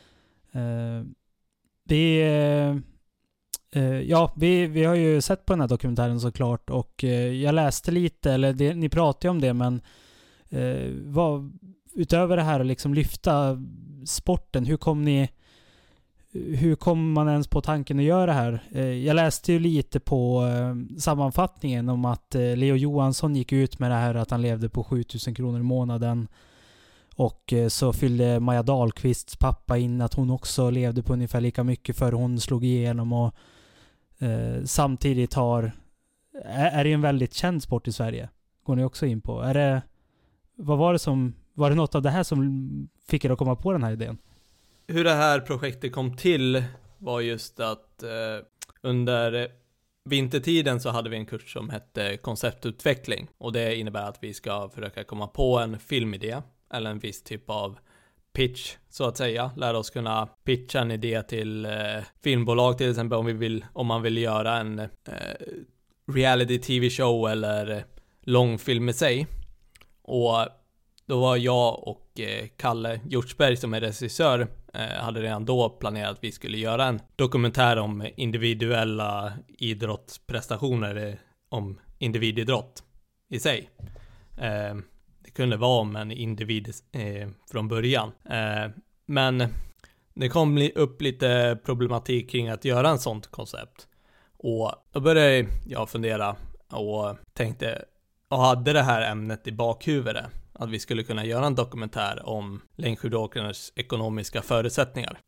Eh, det är, eh, ja, vi, vi har ju sett på den här dokumentären såklart och eh, jag läste lite, eller det, ni pratade om det, men eh, vad, utöver det här att liksom lyfta sporten, hur kom ni hur kom man ens på tanken att göra det här? Eh, jag läste ju lite på eh, sammanfattningen om att eh, Leo Johansson gick ut med det här att han levde på sjutusen kronor i månaden och eh, så fyllde Maja Dahlqvists pappa in att hon också levde på ungefär lika mycket för hon slog igenom och eh, samtidigt har är, är det en väldigt känd sport i Sverige. Går ni också in på? Är det, vad var det som var det något av det här som fick er att komma på den här idén? Hur det här projektet kom till var just att eh, under vintertiden så hade vi en kurs som hette konceptutveckling. Och det innebär att vi ska försöka komma på en filmidé eller en viss typ av pitch så att säga. Lära oss kunna pitcha en idé till eh, filmbolag till exempel om, vi vill, om man vill göra en eh, reality tv show eller eh, långfilm i sig. Och då var jag och eh, Kalle Hjortsberg som är regissör eh, hade redan då planerat att vi skulle göra en dokumentär om individuella idrottsprestationer, eller om individidrott i sig. Eh, det kunde vara om en individ eh, från början. Eh, men det kom upp lite problematik kring att göra en sånt koncept. Och då började jag fundera och tänkte, och hade det här ämnet i bakhuvudet, att vi skulle kunna göra en dokumentär om längdskidåkarnas ekonomiska förutsättningar.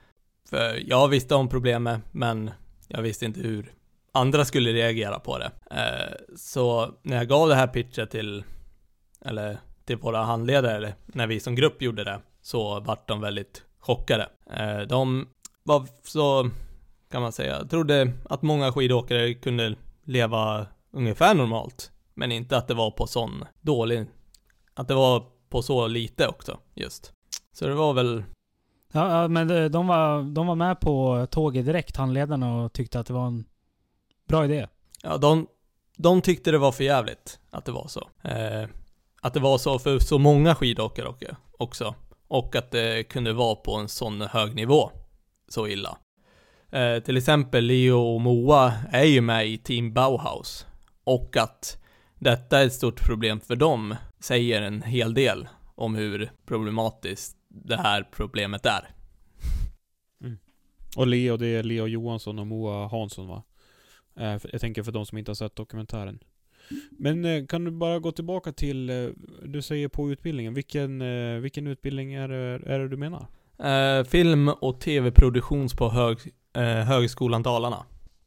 För jag visste om problemet, men jag visste inte hur andra skulle reagera på det. Eh, så när jag gav det här pitchet till, eller till våra handledare, eller när vi som grupp gjorde det, så vart de väldigt chockade. Eh, de var så, kan man säga, trodde att många skidåkare kunde leva ungefär normalt, men inte att det var på sån dålig, att det var på så lite också just. Så det var väl... Ja, ja men de var, de var med på tåget direkt, handledarna, och tyckte att det var en bra idé. Ja, de, de tyckte det var för jävligt att det var så. Eh, att det var så för så många skidåkare också. Och att det kunde vara på en sån hög nivå. Så illa. Eh, till exempel Leo och Moa är ju med i Team Bauhaus. Och att detta är ett stort problem för dem säger en hel del om hur problematiskt det här problemet är. Mm. Och Leo, det är Leo Johansson och Moa Hansson, va? Eh, jag tänker för de som inte har sett dokumentären. Men eh, kan du bara gå tillbaka till, eh, du säger på utbildningen. Vilken, eh, vilken utbildning är, är det du menar? Eh, film- och tv-produktions på hög, eh, Högskolan Dalarna.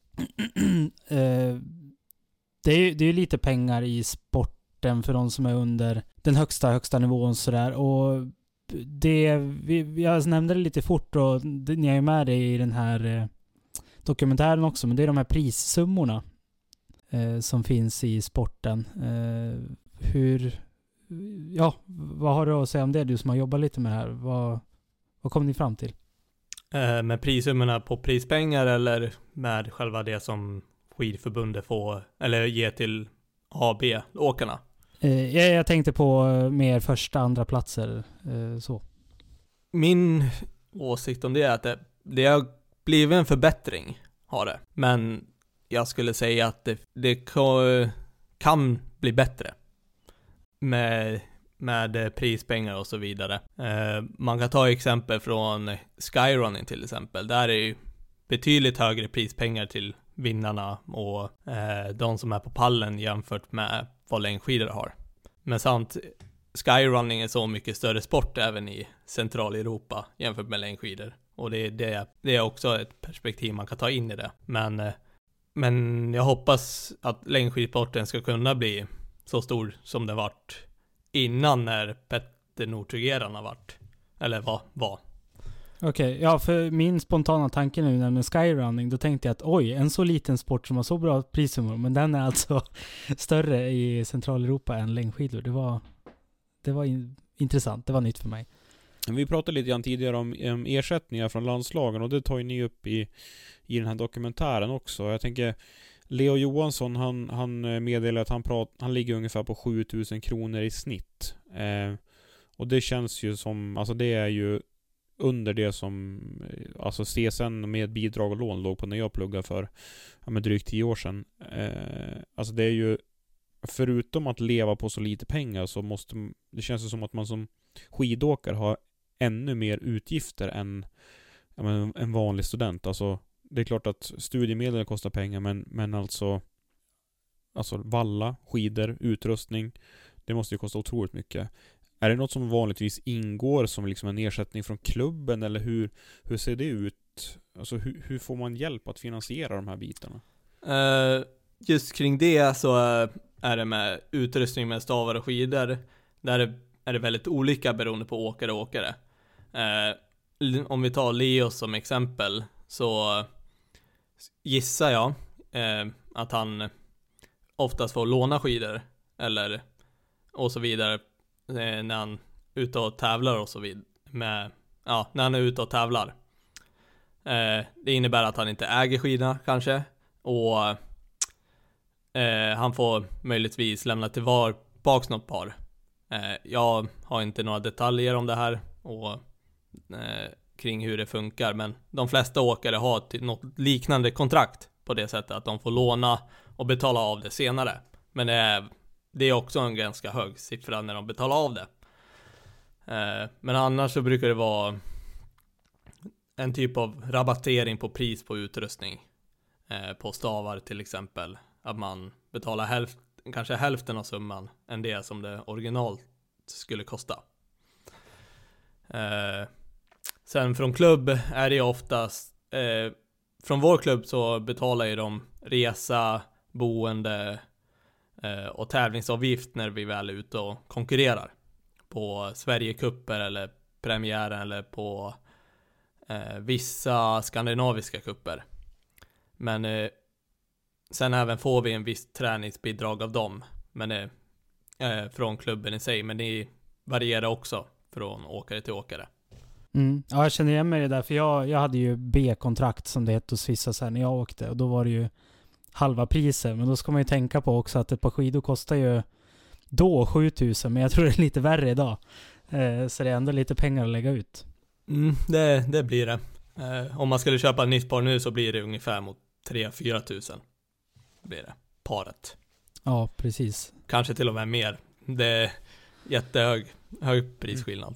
eh, det är ju det är lite pengar i sporten för de som är under den högsta högsta nivån sådär. Och det, vi, jag nämnde det lite fort, och det, ni är ju med det i den här eh, dokumentären också, men det är de här prissummorna eh, som finns i sporten. Eh, hur, ja, vad har du att säga om det, du som har jobbat lite med det här? Vad, vad kom ni fram till? Eh, med prissummorna på prispengar eller med själva det som skidförbundet får, eller ger till A B-åkarna? Eh, jag, jag tänkte på mer första, andra platser. Eh, så. Min åsikt om det är att det, det har blivit en förbättring, har det. Men jag skulle säga att det, det kan, kan bli bättre med, med prispengar och så vidare. Eh, man kan ta exempel från Skyrunning till exempel. Där är ju betydligt högre prispengar till vinnarna och eh, de som är på pallen jämfört med vad längdskidor har. Men samt skyrunning är så mycket större sport även i Centraleuropa jämfört med längdskidor. Och det är, det, det är också ett perspektiv man kan ta in i det. Men, eh, men jag hoppas att längdskidsporten ska kunna bli så stor som det varit innan när Petter Northug har varit. Eller vad var. Okej, okay, ja, för min spontana tanke nu med skyrunning, då tänkte jag att oj, en så liten sport som har så bra prissummor, men den är alltså större i Centraleuropa än längdskidor. Det var, det var in, intressant, det var nytt för mig. Vi pratade lite grann tidigare om, om ersättningar från landslagen, och det tar ju ni upp i, i den här dokumentären också. Jag tänker, Leo Johansson, han, han meddelar att han, prat, han ligger ungefär på sjutusen kronor i snitt. Eh, och det känns ju som, alltså det är ju under det som alltså C S N med bidrag och lån låg på när jag pluggade för ja, med drygt tio år sedan. Eh, alltså det är ju, förutom att leva på så lite pengar, så måste, det känns som att man som skidåkare har ännu mer utgifter än ja, men, en vanlig student. Alltså det är klart att studiemedel kostar pengar, men, men alltså alltså valla, skidor, utrustning, det måste ju kosta otroligt mycket. Är det något som vanligtvis ingår som liksom en ersättning från klubben, eller hur, hur ser det ut? Alltså hur, hur får man hjälp att finansiera de här bitarna? Uh, just kring det så är det med utrustning med stavar och skidor. Där är det väldigt olika beroende på åkare och åkare. Uh, om vi tar Leo som exempel, så gissar jag uh, att han oftast får låna skidor eller och så vidare när han är ute och tävlar och så vidare med, ja, när han är ute och tävlar. Eh, det innebär att han inte äger skidorna kanske, och eh, han får möjligtvis lämna till var baks något par. Eh, jag har inte några detaljer om det här och eh, kring hur det funkar, men de flesta åkare har till något liknande kontrakt på det sättet att de får låna och betala av det senare. Men det är Det är också en ganska hög siffra när de betalar av det. Eh, men annars så brukar det vara en typ av rabattering på pris på utrustning. Eh, på stavar till exempel. Att man betalar hälft, kanske hälften av summan än det som det originalt skulle kosta. Eh, sen från klubb är det oftast... Eh, från vår klubb så betalar ju de resa, boende... och tävlingsavgift när vi väl är ute och konkurrerar på Sverigekupper eller premiären eller på eh, vissa skandinaviska kupper. Men eh, sen även får vi en viss träningsbidrag av dem, men eh, från klubben i sig, men det är varierar också från åkare till åkare. Mm. Ja, jag känner igen mig i det där. För jag, jag hade ju B-kontrakt som det hette hos vissa sen när jag åkte. Och då var det ju halva priset. Men då ska man ju tänka på också att ett par skidor kostar ju då sju tusen. Men jag tror det är lite värre idag. Eh, så det är ändå lite pengar att lägga ut. Mm, det, det blir det. Eh, om man skulle köpa ett nytt par nu så blir det ungefär mot tre till fyra tusen. Blir det. Paret. Ja, precis. Kanske till och med mer. Det är jättehög hög prisskillnad.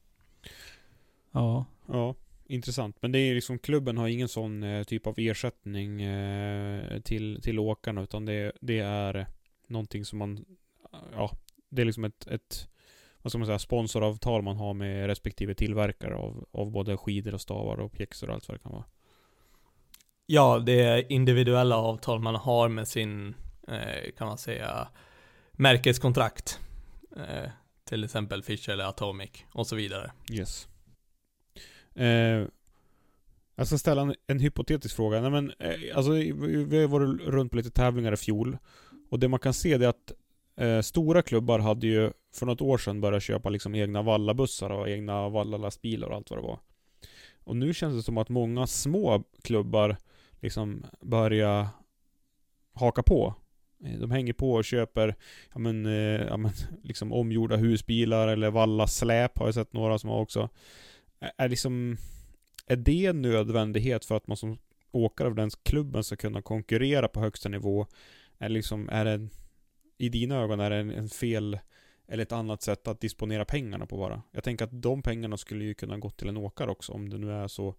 Ja. Ja, intressant. Men det är liksom, klubben har ingen sån eh, typ av ersättning eh, till, till åkarna, utan det, det är någonting som man, ja, det är liksom ett, ett vad ska man säga, sponsoravtal man har med respektive tillverkare av, av både skidor och stavar och pjäxor och allt vad det kan vara. Ja, det är individuella avtal man har med sin, eh, kan man säga, märkeskontrakt. Eh, till exempel Fischer eller Atomic och så vidare. Yes. Eh, jag ska ställa en, en hypotetisk fråga. Nej, men, eh, alltså, vi har varit runt på lite tävlingar i fjol. Och det man kan se är att eh, stora klubbar hade ju för något år sedan börjat köpa liksom egna vallabussar och egna vallalastbilar och allt vad det var. Och nu känns det som att många små klubbar liksom börjar haka på. De hänger på och köper ja men, eh, ja men, liksom omgjorda husbilar eller vallasläp har jag sett några som har också. Är, liksom, är det en nödvändighet för att man som åkare av den klubben ska kunna konkurrera på högsta nivå? Är, liksom, är det, i dina ögon, är det en, en fel eller ett annat sätt att disponera pengarna på bara? Jag tänker att de pengarna skulle ju kunna gå till en åkare också, om det nu är så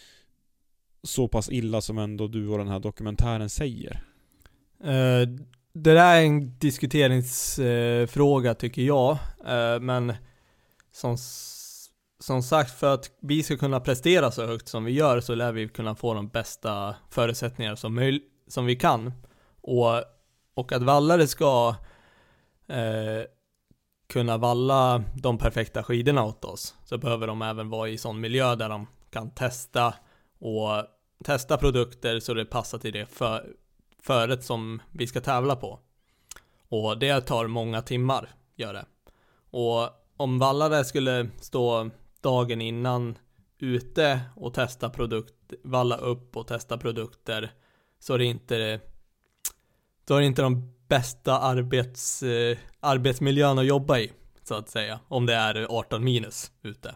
så pass illa som ändå du och den här dokumentären säger. Uh, det där är en diskuteringsfråga uh, tycker jag. Uh, men som, som sagt, för att vi ska kunna prestera så högt som vi gör så lär vi kunna få de bästa förutsättningar som, möj- som vi kan. Och, och att vallare ska uh, kunna valla de perfekta skidorna åt oss, så behöver de även vara i sån miljö där de kan testa och testa produkter så det passar till det för, föret som vi ska tävla på. Och det tar många timmar, gör det. Och om vallare skulle stå dagen innan ute och testa produkt, valla upp och testa produkter, så är det inte, då är det inte de bästa arbets, eh, arbetsmiljön att jobba i, så att säga, om det är arton minus ute.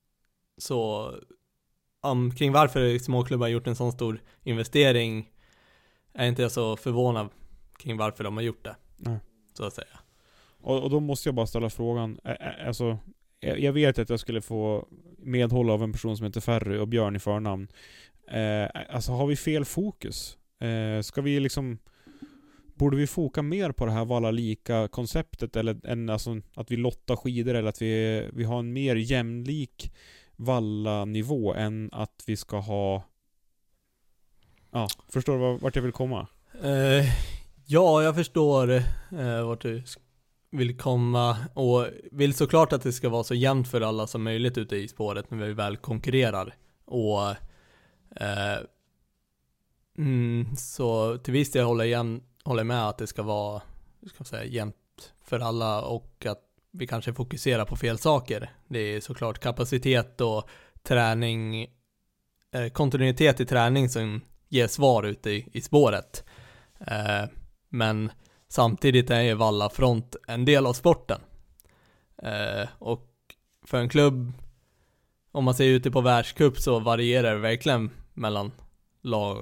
Så um, kring varför småklubbar har gjort en sån stor investering är inte jag så förvånad kring varför de har gjort det. Nej. Så att säga. Och, och då måste jag bara ställa frågan, Ä- alltså, jag, jag vet att jag skulle få medhåll av en person som heter Ferry och Björn i förnamn. Eh, alltså har vi fel fokus? Eh, ska vi liksom, borde vi foka mer på det här valla lika konceptet, eller än alltså att vi lottar skidor, eller att vi, vi har en mer jämlik valla nivå än att vi ska ha, ja, förstår du vart jag vill komma? Eh, ja, jag förstår eh, vart du vill komma, och vill såklart att det ska vara så jämnt för alla som möjligt ute i spåret när vi väl konkurrerar. Och eh, mm, så till viss del håller jag håller med att det ska vara, ska man säga, jämnt för alla, och att vi kanske fokuserar på fel saker. Det är såklart kapacitet och träning, eh, kontinuitet i träning som ger svar ute i, i spåret. Eh, men samtidigt är ju valla front en del av sporten. Eh, och för en klubb, om man ser ute på världscup, så varierar det verkligen mellan lag,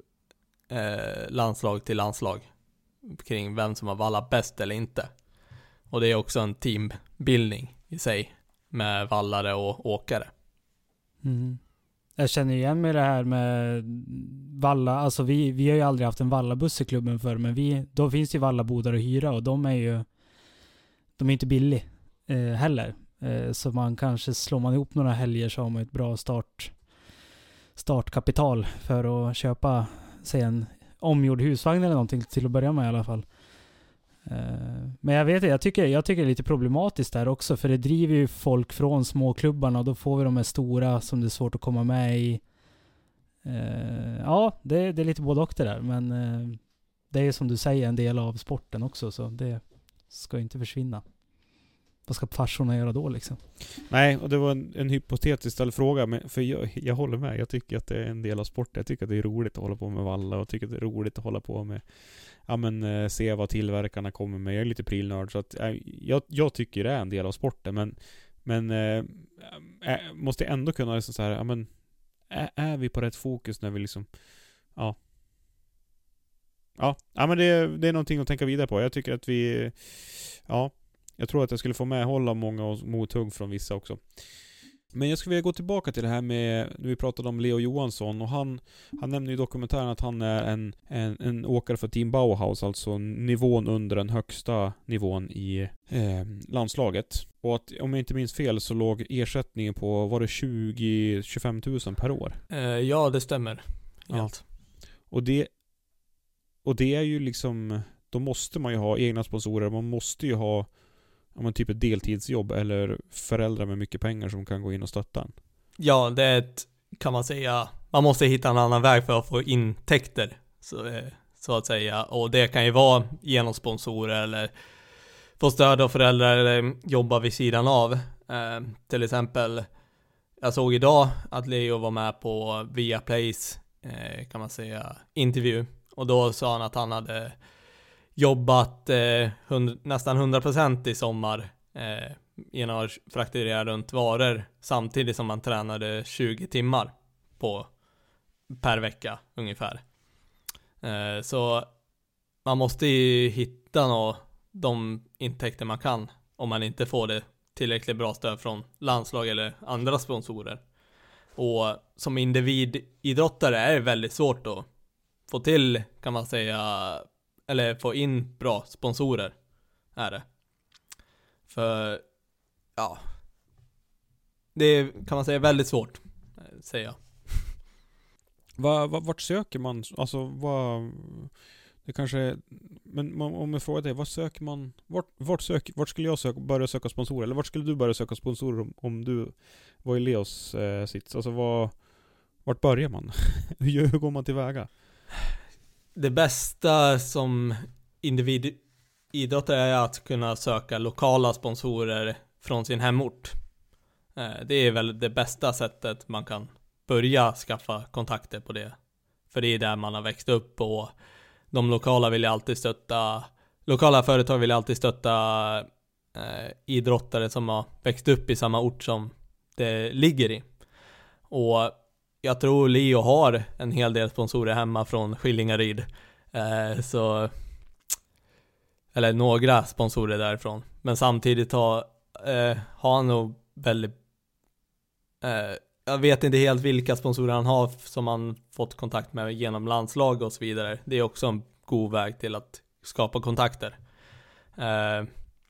eh, landslag till landslag kring vem som har vallat bäst eller inte. Och det är också en teambildning i sig med vallare och åkare. Mm. Jag känner igen mig det här med valla. Alltså vi, vi har ju aldrig haft en vallabuss i klubben för, men vi, då finns det ju vallabodar att hyra, och de är ju de är inte billiga eh, heller. Eh, så man kanske, slår man ihop några helger så har man ett bra start startkapital för att köpa sig en omgjord husvagn eller någonting till att börja med i alla fall. Uh, men jag vet jag tycker, jag tycker det är lite problematiskt där också, för det driver ju folk från småklubbarna, och då får vi de här stora som det är svårt att komma med i. Uh, ja, det, det är lite både och det där, men uh, det är som du säger en del av sporten också, så det ska inte försvinna. vad ska farsorna göra då liksom? Nej, och det var en, en hypotetisk ställd fråga, men för jag, jag håller med. Jag tycker att det är en del av sporten. Jag tycker att det är roligt att hålla på med valla och tycker att det är roligt att hålla på med, ja men se vad tillverkarna kommer med. Jag är lite prilnörd, så att jag, jag tycker det är en del av sporten, men men äh, äh, måste ändå kunna liksom så här, ja men är, är vi på rätt fokus när vi liksom, ja ja, ja men det, det är någonting att tänka vidare på. Jag tycker att vi, ja, jag tror att jag skulle få medhålla många och mothugg från vissa också. Men jag skulle vilja gå tillbaka till det här med, när vi pratade om Leo Johansson, och han, han nämnde i dokumentären att han är en, en, en åkare för Team Bauhaus, alltså nivån under den högsta nivån i eh, landslaget. Och att, om jag inte minns fel, så låg ersättningen på, var det tjugo till tjugofem tusen per år? Eh, ja, det stämmer. Ja. Och det och det är ju liksom, då måste man ju ha egna sponsorer, man måste ju ha, ja, men typ ett deltidsjobb eller föräldrar med mycket pengar som kan gå in och stötta en. Ja, det är ett, kan man säga, man måste hitta en annan väg för att få intäkter, så, så att säga. Och det kan ju vara genom sponsorer eller få stöd av föräldrar eller jobba vid sidan av. Eh, till exempel, jag såg idag att Leo var med på Viaplays, eh, kan man säga, intervju. Och då sa han att han hade jobbat eh, hund, nästan hundra procent i sommar eh, genom att frakturera runt varor, samtidigt som man tränade tjugo timmar på, per vecka ungefär. Eh, så man måste ju hitta nå, de intäkter man kan om man inte får det tillräckligt bra stöd från landslag eller andra sponsorer. Och som individidrottare är det väldigt svårt att få till, kan man säga, eller få in bra sponsorer är det. För ja, det är, kan man säga, väldigt svårt, säger jag. Va, va, vart söker man, alltså vad, det kanske, men om jag frågar dig, vad söker man, vart, vart, sök, vart skulle jag söka, börja söka sponsorer, eller vart skulle du börja söka sponsorer om, om du var i Leos eh, sits, alltså vad, vart börjar man? hur, hur går man tillväga? Det bästa som individidrottare är att kunna söka lokala sponsorer från sin hemort. Det är väl det bästa sättet man kan börja skaffa kontakter på det. För det är där man har växt upp, och de lokala vill alltid stötta, lokala företag vill alltid stötta eh, idrottare som har växt upp i samma ort som det ligger i. Och jag tror Leo har en hel del sponsorer hemma från Skillingaryd. Eh, så, eller några sponsorer därifrån. Men samtidigt har, eh, har han nog väldigt... Eh, jag vet inte helt vilka sponsorer han har som han fått kontakt med genom landslag och så vidare. Det är också en god väg till att skapa kontakter. Eh,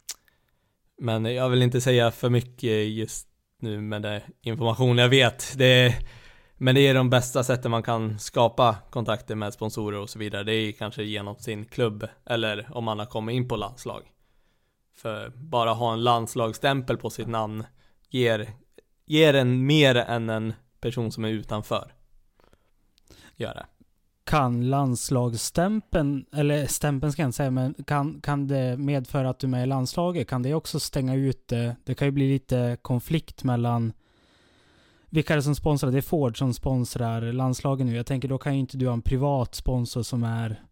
men jag vill inte säga för mycket just nu med den information jag vet. Det är... Men det är de bästa sätten man kan skapa kontakter med sponsorer och så vidare. Det är kanske genom sin klubb, eller om man har kommit in på landslag. För bara ha en landslagsstämpel på sitt namn ger, ger en mer än en person som är utanför. Gör det. Kan landslagsstämpeln, eller stämpeln ska jag inte säga, men kan, kan det medföra att du är med i landslaget? Kan det också stänga ut det? Det kan ju bli lite konflikt mellan vilka är det som sponsrar? Det är Ford som sponsrar landslagen nu. Jag tänker, då kan ju inte du ha en privat sponsor som är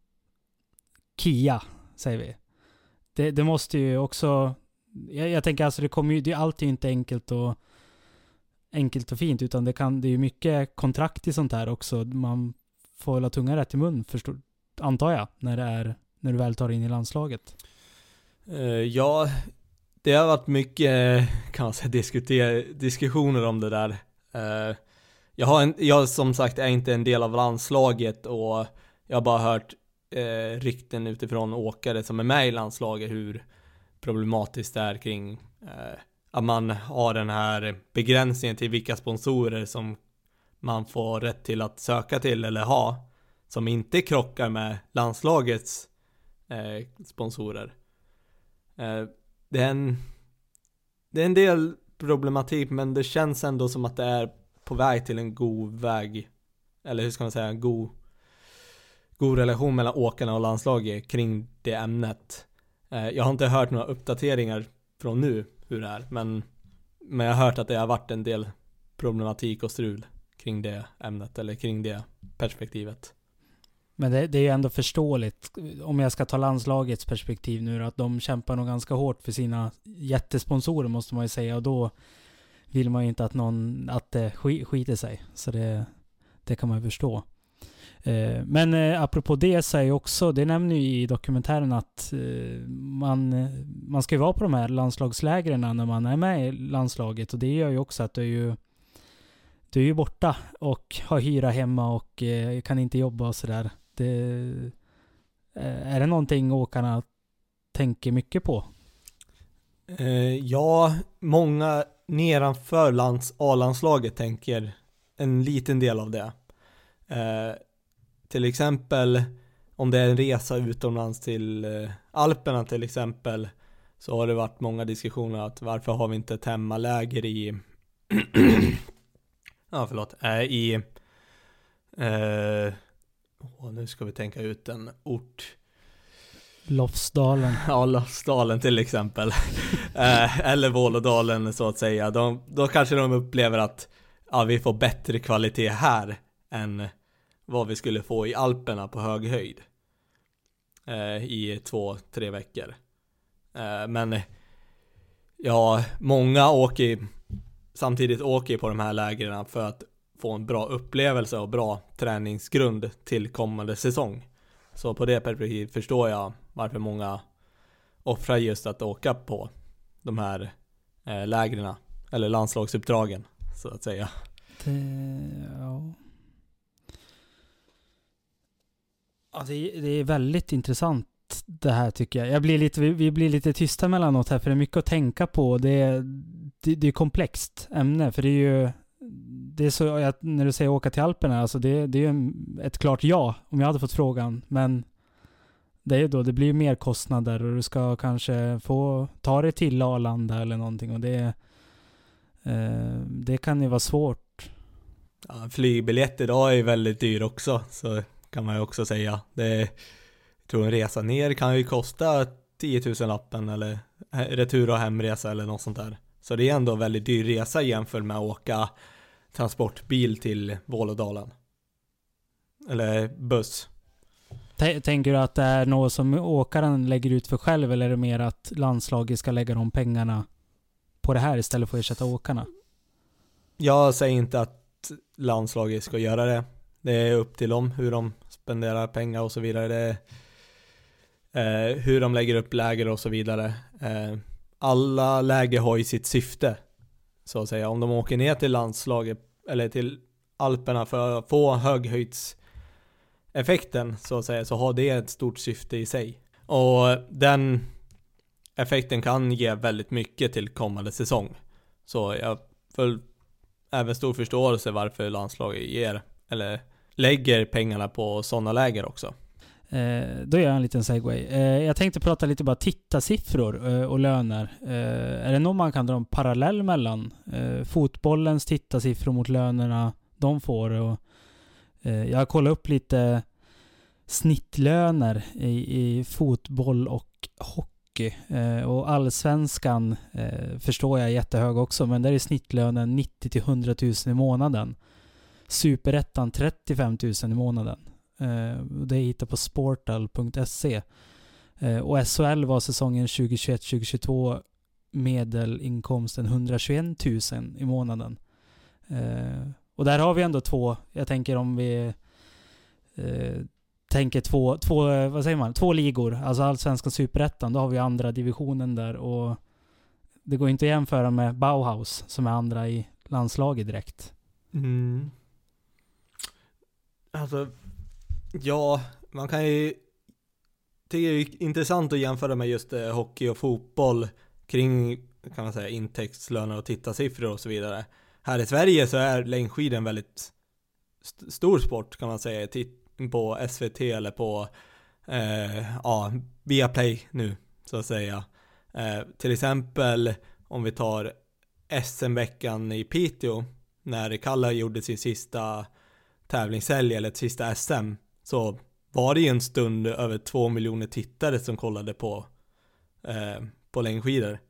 Kia, säger vi. Det, det måste ju också... Jag, jag tänker alltså, det kommer ju... Det är alltid inte enkelt och enkelt och fint, utan det kan det är ju mycket kontrakt i sånt här också. Man får hålla tunga rätt i mun, förstår, antar jag, när det är när du väl tar in i landslaget. Uh, ja... Det har varit mycket, kan man säga, diskuter- diskussioner om det där. Uh, jag, har en, jag som sagt är inte en del av landslaget, och jag har bara hört uh, rykten utifrån åkare som är med i landslaget hur problematiskt det är kring uh, att man har den här begränsningen till vilka sponsorer som man får rätt till att söka till eller ha, som inte krockar med landslagets uh, sponsorer. Uh, Det är, en, det är en del problematik, men det känns ändå som att det är på väg till en god väg, eller hur ska man säga, en god, god relation mellan åkarna och landslaget kring det ämnet. Jag har inte hört några uppdateringar från nu hur det är. Men, men jag har hört att det har varit en del problematik och strul kring det ämnet eller kring det perspektivet. Men det, det är ju ändå förståeligt, om jag ska ta landslagets perspektiv nu, att de kämpar nog ganska hårt för sina jättesponsorer, måste man ju säga, och då vill man ju inte att någon att det skiter sig. Så det, det kan man ju förstå. Eh, men eh, apropå det så är ju också, det nämner ju i dokumentären att eh, man, man ska ju vara på de här landslagslägren när man är med i landslaget, och det gör ju också att du är ju du är ju borta och har hyra hemma och eh, kan inte jobba och sådär. Det, eh, är det någonting åkarna tänker mycket på? Eh, ja, många nedanför lands, A-landslaget tänker en liten del av det. Eh, till exempel om det är en resa utomlands till eh, Alperna till exempel, så har det varit många diskussioner att varför har vi inte ett hemmaläger i ja förlåt, äh, i eh, oh, nu ska vi tänka ut en ort. Lofsdalen. Ja, Lofsdalen till exempel. eh, eller Vålådalen så att säga. De, då kanske de upplever att ja, vi får bättre kvalitet här än vad vi skulle få i Alperna på hög höjd eh, i två, tre veckor. Eh, men ja, många åker samtidigt åker på de här lägren för att få en bra upplevelse och bra träningsgrund till kommande säsong. Så på det perspektivet förstår jag varför många offrar just att åka på de här eh, lägren eller landslagsuppdragen så att säga. Det, ja. Ja, det, det är väldigt intressant det här tycker jag. jag blir lite, vi, vi blir lite tysta mellanåt här för det är mycket att tänka på. Det är, det, det är komplext ämne för det är ju det är så att när du säger åka till Alperna, alltså det, det är ju ett klart ja om jag hade fått frågan, men det är ju då, det blir mer kostnader och du ska kanske få ta dig till Arlanda eller någonting och det eh, det kan ju vara svårt. Ja, flygbiljett idag är ju väldigt dyr också, så kan man ju också säga. Det, jag tror en resa ner kan ju kosta tio tusen lappen eller retur- och hemresa eller något sånt där. Så det är ändå en väldigt dyr resa jämfört med att åka transportbil till Vålådalen. Eller buss. T- tänker du att det är något som åkaren lägger ut för själv eller är det mer att landslaget ska lägga de pengarna på det här istället för att ersätta åkarna? Jag säger inte att landslaget ska göra det. Det är upp till dem hur de spenderar pengar och så vidare. Det är, eh, hur de lägger upp läger och så vidare. Eh, alla läger har ju sitt syfte så att säga. Om de åker ner till landslaget eller till Alperna för att få höghöjdseffekten så att säga, så har det ett stort syfte i sig. Och den effekten kan ge väldigt mycket till kommande säsong. Så jag får även stor förståelse varför landslaget ger eller lägger pengarna på sådana läger också. Eh, då gör jag en liten segway. Eh, jag tänkte prata lite bara tittarsiffror eh, och löner. Eh, är det någon man kan dra en parallell mellan eh, fotbollens tittarsiffror mot lönerna de får? Och, eh, jag har kollat upp lite snittlöner i, i fotboll och hockey. Eh, och allsvenskan eh, förstår jag är jättehög också, men där är snittlönen nittio till hundra tusen i månaden. Superettan trettiofem tusen i månaden. Uh, det hittar på sportal punkt se. Uh, och S H L var säsongen tjugohundratjugoett tjugohundratjugotvå medelinkomsten etthundratjugoett tusen i månaden. Uh, och där har vi ändå två, jag tänker om vi uh, tänker två, två, vad säger man, två ligor, alltså allsvenskan superettan, då har vi andra divisionen där och det går inte att jämföra med Bauhaus som är andra i landslaget direkt. Mm. Alltså ja, man kan ju tycka det är intressant att jämföra med just eh, hockey och fotboll kring, kan man säga, intäktslöner och tittarsiffror och så vidare. Här i Sverige så är längdskidor en väldigt st- stor sport kan man säga, titt- på S V T eller på eh, ja, Viaplay nu så att säga. Eh, till exempel om vi tar S M-veckan i Piteå när Kalla gjorde sin sista tävlingshelg eller ett sista S M, så var det ju en stund över två miljoner tittare som kollade på eh, på längdskidor.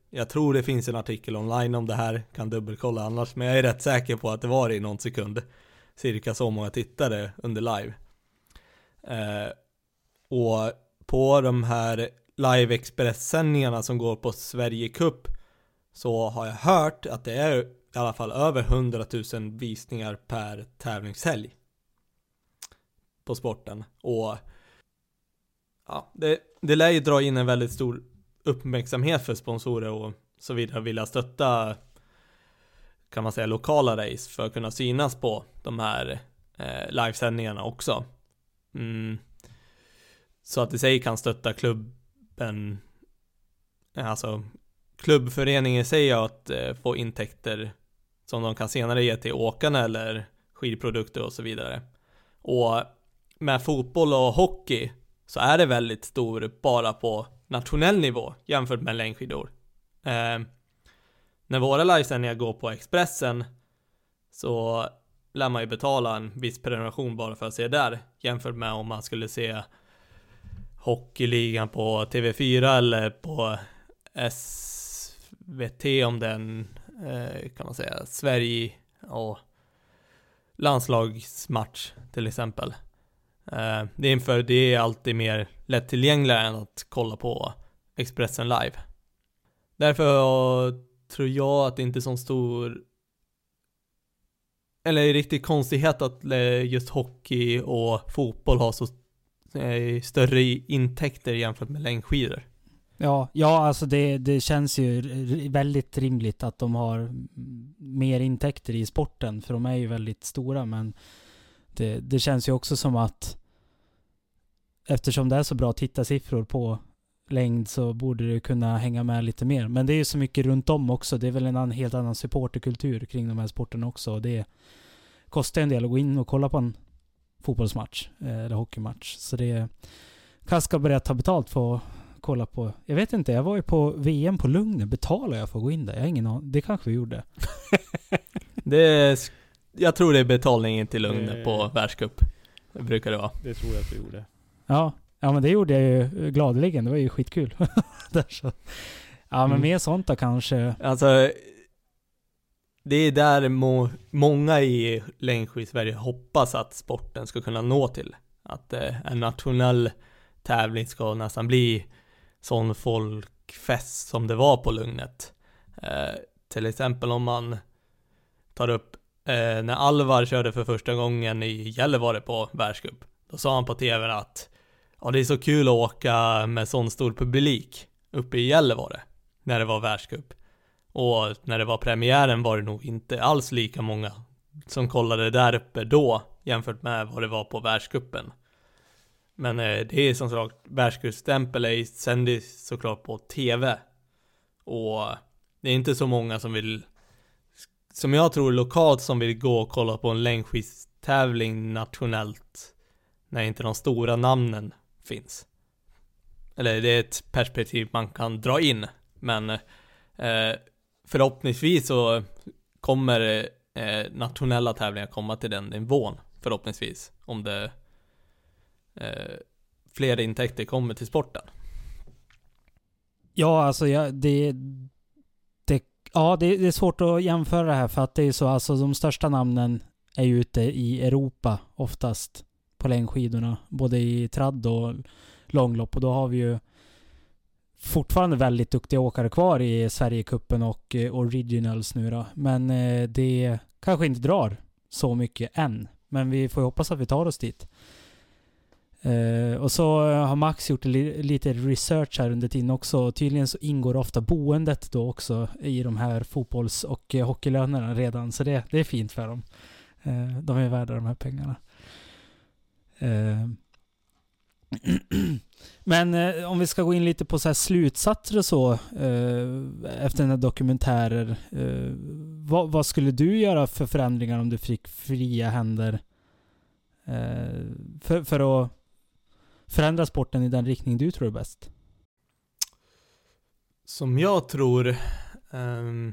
jag tror det finns en artikel online om det här, kan dubbelkolla annars, men jag är rätt säker på att det var i någon sekund cirka så många tittare under live. Eh, och på de här Live Express-sändningarna som går på Sverige Cup så har jag hört att det är i alla fall över hundratusen visningar per tävlingshelg på sporten. Och ja, det, det lär ju dra in en väldigt stor uppmärksamhet för sponsorer och så vidare, vilja stötta, kan man säga, lokala race för att kunna synas på de här eh, livesändningarna också. Mm. Så att det sig kan stötta klubben, alltså klubbföreningen säger att eh, få intäkter som de kan senare ge till åkarna eller skidprodukter och så vidare. Och med fotboll och hockey så är det väldigt stor bara på nationell nivå jämfört med längdskidor. Eh, när våra livesändningar går på Expressen så lär man ju betala en viss prenumeration bara för att se där, jämfört med om man skulle se hockeyligan på T V fyra eller på S V T, om den eh, kan man säga Sverige och landslagsmatch till exempel. Eh, det, är för, det är alltid mer lättillgängligare än att kolla på Expressen live. Därför tror jag att det inte är så stor, eller är riktigt konstighet att just hockey och fotboll har så eh, större intäkter jämfört med längdskidor. Ja, ja alltså det, det känns ju väldigt rimligt att de har mer intäkter i sporten, för de är ju väldigt stora, men det, det känns ju också som att eftersom det är så bra tittarsiffror på längd så borde det kunna hänga med lite mer. Men det är ju så mycket runt om också. Det är väl en annan, helt annan supporterkultur kring de här sporterna också. Och det kostar en del att gå in och kolla på en fotbollsmatch eller hockeymatch. Så det kanske ska börja ta betalt för att kolla på. Jag vet inte, jag var ju på V M på Lugne. Betalar jag för att gå in där? Jag har ingen aning. Det kanske vi gjorde. det är, jag tror det är betalningen till Lugne på världscup. Det brukar det vara. Det tror jag att vi gjorde. Ja. Ja, men det gjorde jag ju gladeligen. Det var ju skitkul. Där så. Ja, men mm. mer sånt då kanske. Alltså, det är där må, många i längdskid i Sverige hoppas att sporten ska kunna nå till. Att eh, en nationell tävling ska nästan bli sån folkfest som det var på Lugnet. Eh, till exempel om man tar upp eh, när Alvar körde för första gången i Gällivare på världscup. Då sa han på tvn att ja, det är så kul att åka med sån stor publik uppe i Gällivare när det var världscup. Och när det var premiären var det nog inte alls lika många som kollade där uppe då jämfört med vad det var på världscupen. Men eh, det är som sagt, världscupstämpel är sänds såklart på tv. Och det är inte så många som vill, som jag tror lokalt, som vill gå och kolla på en längdskidstävling nationellt när inte de stora namnen finns. Eller det är ett perspektiv man kan dra in. Men eh, förhoppningsvis så kommer eh, nationella tävlingar komma till den nivån. Förhoppningsvis. Om det eh, fler intäkter kommer till sporten. Ja, alltså ja, det, det, ja, det, det är svårt att jämföra det här, för att det är så, alltså de största namnen är ju ute i Europa oftast på längdskidorna, både i tradd och långlopp, och då har vi ju fortfarande väldigt duktiga åkare kvar i Sverigecupen och eh, Originals nu då, men eh, det kanske inte drar så mycket än, men vi får ju hoppas att vi tar oss dit. Eh, och så har Max gjort li- lite research här under tiden också, och tydligen så ingår ofta boendet då också i de här fotbolls- och eh, hockeylönerna redan, så det, det är fint för dem. Eh, de är värda de här pengarna. Eh. Men eh, om vi ska gå in lite på så här slutsatser och så eh, efter den här dokumentären, eh, vad, vad skulle du göra för förändringar om du fick fria händer eh, för, för att förändra sporten i den riktning du tror är bäst? Som jag tror um...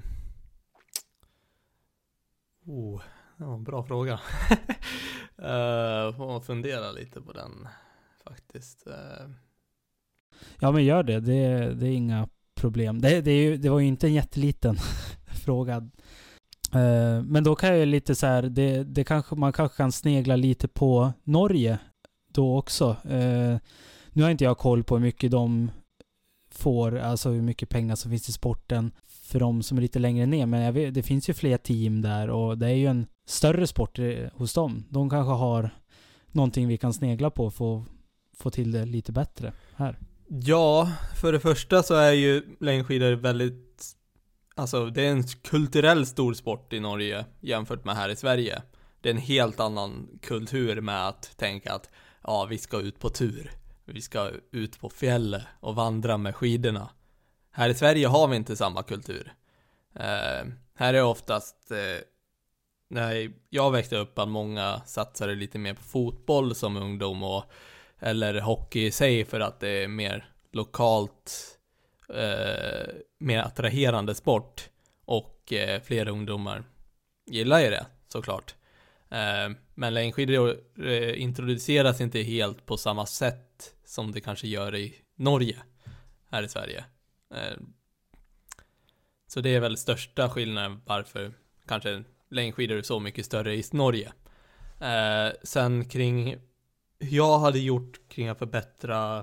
oh, det var en bra fråga. uh, får man fundera lite på den faktiskt. Uh... Ja, men gör det. det. Det är inga problem. Det, det, är ju, det var ju inte en jätteliten fråga. Uh, men då kan jag lite så här, det, det kanske, man kanske kan snegla lite på Norge då också. Uh, nu har inte jag koll på hur mycket de får, alltså hur mycket pengar som finns i sporten för de som är lite längre ner. Men jag vet, det finns ju fler team där och det är ju en större sport hos dem. De kanske har någonting vi kan snegla på för att få till det lite bättre här. Ja, för det första så är ju längdskidor väldigt, alltså det är en kulturell stor sport i Norge jämfört med här i Sverige. Det är en helt annan kultur med att tänka att ja, vi ska ut på tur. Vi ska ut på fjället och vandra med skidorna. Här i Sverige har vi inte samma kultur. Eh, här är oftast, eh, när jag växte upp, att många satsade lite mer på fotboll som ungdom och, eller hockey i sig för att det är mer lokalt, eh, mer attraherande sport. Och eh, fler ungdomar gillar ju det, såklart. Eh, men längdskidor eh, introduceras inte helt på samma sätt som det kanske gör i Norge här i Sverige. Eh, så det är väl största skillnaden varför kanske längdskidor är så mycket större i Norge. Eh, sen kring hur jag hade gjort kring att förbättra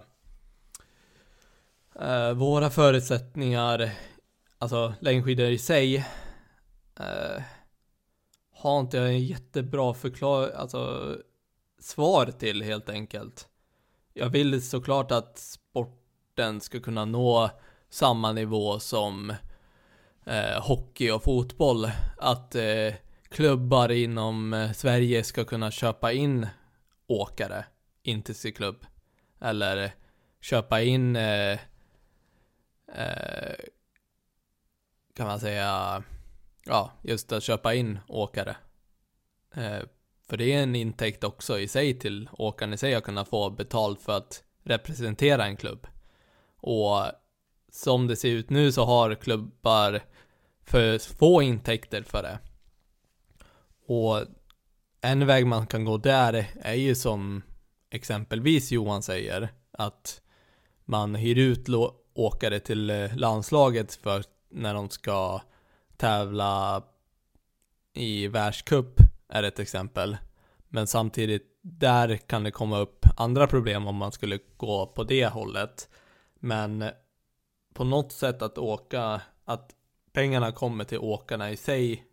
eh, våra förutsättningar, alltså längdskidor i sig, eh, har inte jag en jättebra förklar, alltså svar till helt enkelt. Jag vill såklart att sporten ska kunna nå samma nivå som eh, hockey och fotboll. Att eh, klubbar inom eh, Sverige ska kunna köpa in åkare in till sin klubb. Eller eh, köpa in eh, eh, kan man säga, ja, just att köpa in åkare. Eh, för det är en intäkt också i sig till åkaren i sig att kunna få betalt för att representera en klubb. Och som det ser ut nu så har klubbar för få intäkter för det. Och en väg man kan gå där är ju som exempelvis Johan säger, att man hyr ut lo- åkare till landslaget för när de ska tävla i världscup är ett exempel. Men samtidigt där kan det komma upp andra problem om man skulle gå på det hållet. Men på något sätt att åka, att pengarna kommer till åkarna i sig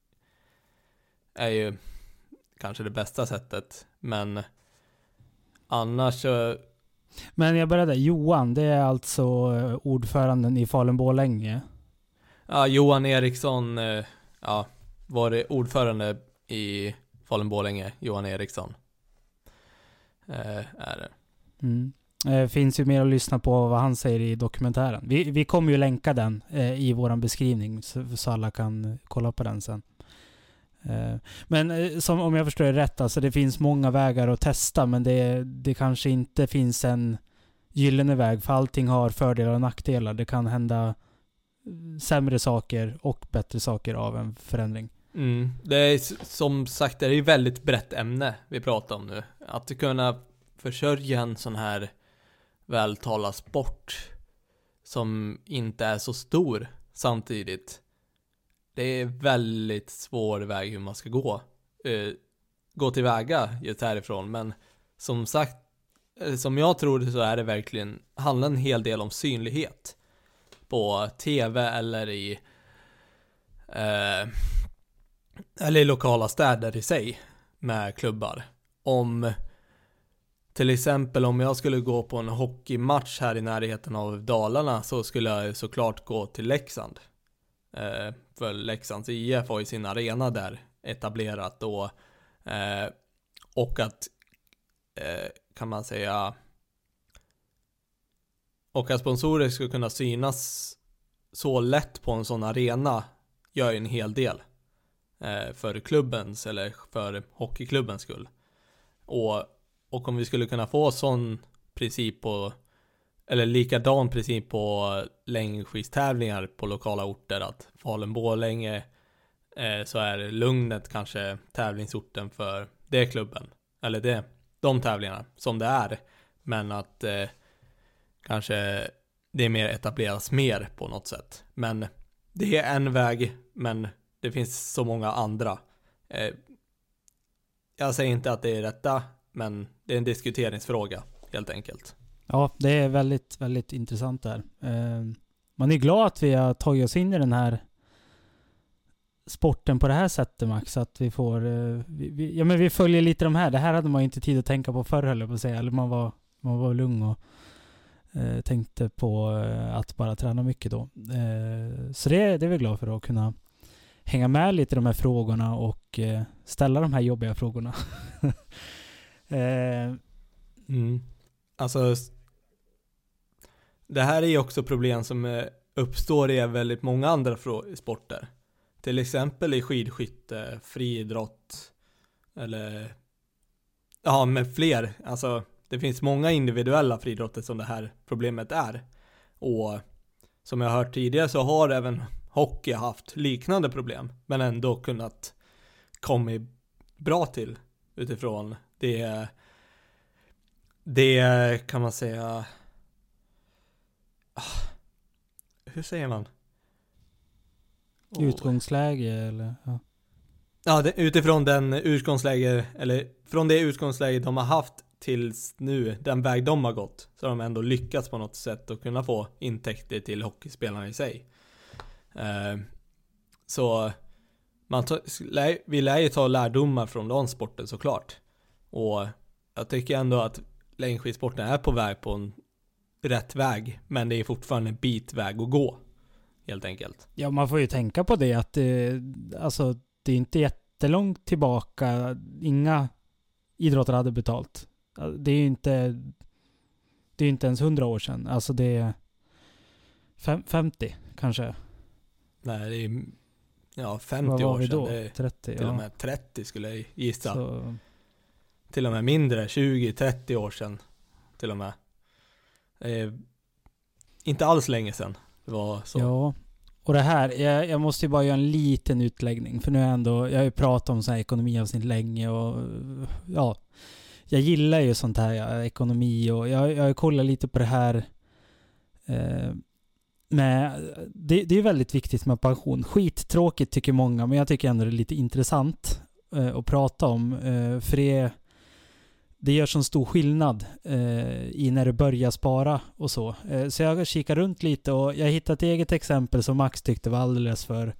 är ju kanske det bästa sättet. Men annars så... Men jag började, Johan, det är alltså ordföranden i Falun-Borlänge. Ja, Johan Eriksson, ja, var det ordförande i Falun-Borlänge, Johan Eriksson. Eh, är det. Mm. Eh, finns ju mer att lyssna på vad han säger i dokumentären. Vi, vi kommer ju länka den eh, i våran beskrivning så, så alla kan kolla på den sen. Eh, men eh, som, om jag förstår det rätt, alltså det finns många vägar att testa, men det, det kanske inte finns en gyllene väg, för allting har fördelar och nackdelar. Det kan hända sämre saker och bättre saker av en förändring. Mm. Det är som sagt, det är ju väldigt brett ämne vi pratar om nu. Att kunna försörja en sån här vältalad sport som inte är så stor samtidigt. Det är väldigt svår väg hur man ska gå. Uh, gå tillväga just härifrån. Men som sagt, som jag tror så är det verkligen, handlar en hel del om synlighet på tv eller i uh, eller i lokala städer i sig med klubbar. Om till exempel om jag skulle gå på en hockeymatch här i närheten av Dalarna, så skulle jag såklart gå till Leksand. Eh, för Leksands I F har ju sin arena där etablerat och, eh, och att eh, kan man säga och att sponsorer ska kunna synas så lätt på en sån arena gör en hel del eh, för klubbens eller för hockeyklubbens skull. Och Och om vi skulle kunna få sån princip på, eller likadan princip på längdskidstävlingar på lokala orter, att Falun-Borlänge eh, så är Lugnet kanske tävlingsorten för det klubben, eller det, de tävlingarna som det är, men att eh, kanske det är mer etableras mer på något sätt. Men det är en väg, men det finns så många andra. Eh, jag säger inte att det är rätta, men det är en diskuteringsfråga helt enkelt. Ja, det är väldigt, väldigt intressant där. Eh, man är glad att vi har tagit oss in i den här sporten på det här sättet, Max, att vi får eh, vi, vi, ja, men vi följer lite de här. Det här hade man ju inte tid att tänka på förr, höll jag på att säga. Eller man var, man var lugn och eh, tänkte på eh, att bara träna mycket då. Eh, så det, det är vi glada för, att kunna hänga med lite i de här frågorna och eh, ställa de här jobbiga frågorna. eh, mm. Alltså, det här är ju också problem som uppstår i väldigt många andra sporter. Till exempel i skidskytte, friidrott eller ja, med fler. Alltså, det finns många individuella friidrotter som det här problemet är. Och som jag har hört tidigare så har även hockey haft liknande problem, men ändå kunnat komma bra till utifrån det. Det kan man säga. Hur säger man? Utgångsläge eller ja. Ja, det, utifrån den utgångsläge eller från det utgångsläge de har haft tills nu, den väg de har gått, så har de ändå lyckats på något sätt att kunna få intäkter till hockeyspelarna i sig. Uh, så man tar, vi lär ju ta lärdomar från den sporten såklart. Och jag tycker ändå att längdskidsporten är på väg på en rätt väg, men det är fortfarande en bit väg att gå, helt enkelt. Ja, man får ju tänka på det att det, alltså, det är inte jättelångt tillbaka. Inga idrottare hade betalt. Det är ju inte det är inte ens hundra år sedan. Alltså det är fem, femtio kanske. Nej, det är ja, femtio år sedan. Det är trettio, till ja. och med trettio skulle jag gissa. Så. Till och med mindre, tjugo trettio år sedan till och med. Eh, inte alls länge sedan. Det var så. Ja, och det här, jag, jag måste ju bara göra en liten utläggning. För nu är jag ändå, jag har ju pratat om så här ekonomiavsnitt länge och ja, jag gillar ju sånt här, ja, ekonomi och jag, jag kollar lite på det här. Eh, med, det, det är väldigt viktigt med pension. Skittråkigt tycker många, men jag tycker ändå det är lite intressant eh, att prata om. Eh, för det Det gör sån stor skillnad eh, i när du börjar spara och så. Eh, så jag kikar runt lite och jag hittade ett eget exempel som Max tyckte var alldeles för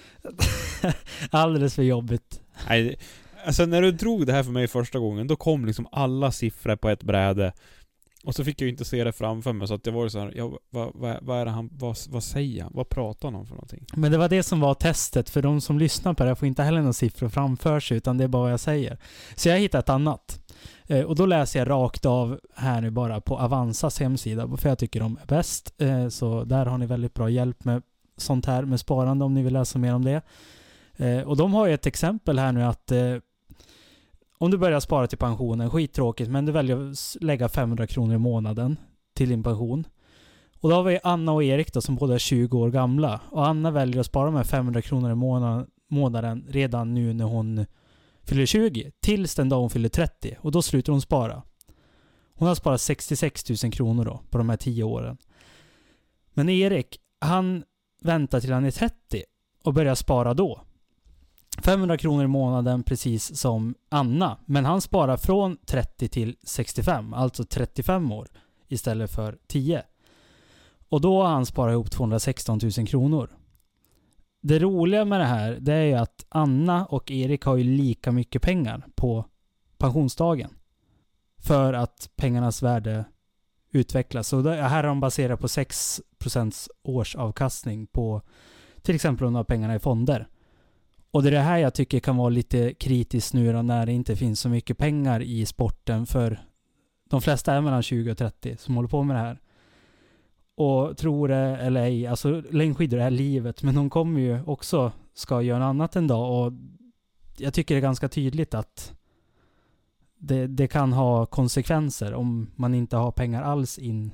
alldeles för jobbigt. Nej, alltså när du drog det här för mig första gången, då kom liksom alla siffror på ett bräde. Och så fick jag ju inte se det framför mig, så att det var så här, ja, vad, vad, vad är det han, vad, vad säger han? Vad pratar han om för någonting? Men det var det som var testet, för de som lyssnar på det får inte heller några siffror framför sig, utan det är bara vad jag säger. Så jag hittade ett annat. Eh, och då läser jag rakt av här nu bara på Avanzas hemsida, för jag tycker de är bäst. Eh, så där har ni väldigt bra hjälp med sånt här, med sparande, om ni vill läsa mer om det. Eh, och de har ju ett exempel här nu att eh, om du börjar spara till pensionen, skittråkigt, men du väljer att lägga femhundra kronor i månaden till din pension. Och då har vi Anna och Erik då, som båda är tjugo år gamla. Och Anna väljer att spara med femhundra kronor i månaden, månaden redan nu när hon fyller tjugo. Tills den dag hon fyller trettio. Och då slutar hon spara. Hon har sparat sextiosex tusen kronor då på de här tio åren. Men Erik, han väntar till han är trettio och börjar spara då. femhundra kronor i månaden, precis som Anna. Men han sparar från trettio till sextiofem. Alltså trettiofem år istället för tio. Och då har han sparat ihop tvåhundrasexton tusen kronor. Det roliga med det här, det är ju att Anna och Erik har ju lika mycket pengar på pensionsdagen. För att pengarnas värde utvecklas. Så det här är de baserat på sex procent årsavkastning på till exempel de har pengarna i fonder. Och det är det här jag tycker kan vara lite kritiskt nu då, när det inte finns så mycket pengar i sporten, för de flesta är mellan tjugo och trettio som håller på med det här. Och tror det eller ej, alltså längdskidor är livet, men de kommer ju också ska göra något annat en dag, och jag tycker det är ganska tydligt att det, det kan ha konsekvenser om man inte har pengar alls in.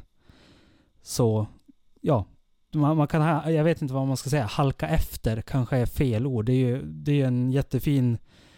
Så ja, man, man kan ha, jag vet inte vad man ska säga, halka efter kanske är fel ord. Det är ju det är en jättefin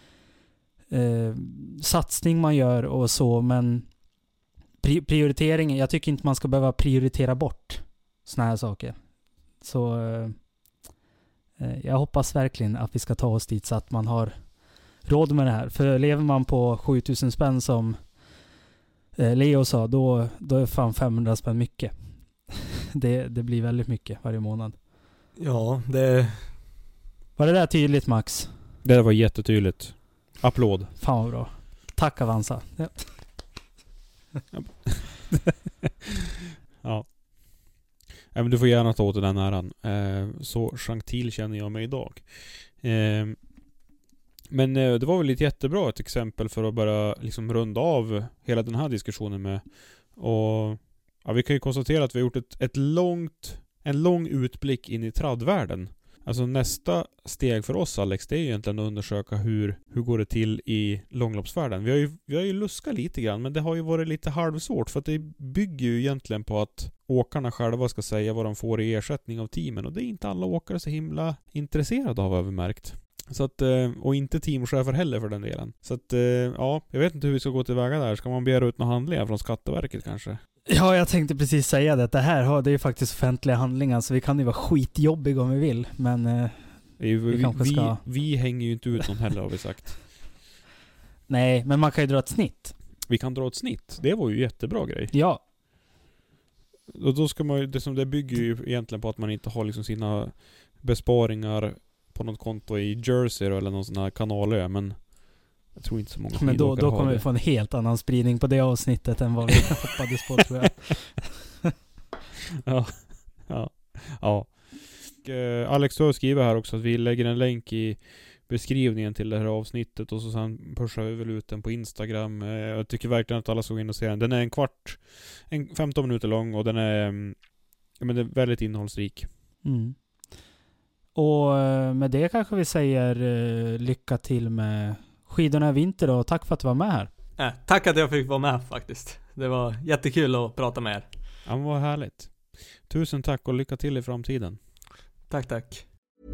eh, satsning man gör och så, men pri- prioriteringen, jag tycker inte man ska behöva prioritera bort såna här saker. Så eh, jag hoppas verkligen att vi ska ta oss dit så att man har råd med det här. För lever man på sjutusen spänn som eh, Leo sa, då, då är fan femhundra spänn mycket. det, det blir väldigt mycket varje månad. Ja, det... Var det där tydligt, Max? Det där var jättetydligt. Applåd. Fan vad bra. Tack Avanza. Ja. Ja. Ja, men du får gärna ta åt den äran. Eh, så gentil känner jag mig idag. Eh, men eh, det var väl ett jättebra ett exempel för att bara liksom runda av hela den här diskussionen med. Och ja, vi kan ju konstatera att vi har gjort ett, ett långt, en lång utblick in i traddvärlden. Alltså nästa steg för oss, Alex, det är egentligen att undersöka hur, hur går det till i långloppsvärlden. Vi har ju, vi har ju luskat lite grann, men det har ju varit lite halvsvårt för att det bygger ju egentligen på att åkarna själva ska säga vad de får i ersättning av teamen, och det är inte alla åkare så himla intresserade av, övermärkt. Så att, och inte teamchefer heller för den delen. Så att, ja, jag vet inte hur vi ska gå tillväga där. Ska man begära ut några handlingar från Skatteverket kanske? Ja, jag tänkte precis säga det. Det här det är ju faktiskt offentliga handlingar, så vi kan ju vara skitjobbiga om vi vill. Men eh, vi, vi, kanske vi, ska... vi hänger ju inte ut någon heller, har vi sagt. Nej, men man kan ju dra ett snitt. Vi kan dra ett snitt. Det var ju jättebra grej. Ja. Och då ska man ju, det som det bygger ju egentligen på att man inte har liksom sina besparingar på något konto i Jersey eller någon sån här kanalö, men jag tror inte så många. Men då, då kommer vi få en helt annan spridning på det avsnittet än vad vi hoppades på, tror jag. Ja. Ja. Ja. Och, eh, Alex har skrivit här också att vi lägger en länk i beskrivningen till det här avsnittet, och så sen pushar vi väl ut den på Instagram. Eh, jag tycker verkligen att alla ska gå in och se den. Den är en kvart, en femton minuter lång, och den är, ja, men det är väldigt innehållsrik. Mm. Och med det kanske vi säger uh, lycka till med skidorna i vinter, och tack för att du var med här. Äh, tack att jag fick vara med faktiskt. Det var jättekul att prata med er. Ja, vad härligt. Tusen tack och lycka till i framtiden. Tack, tack.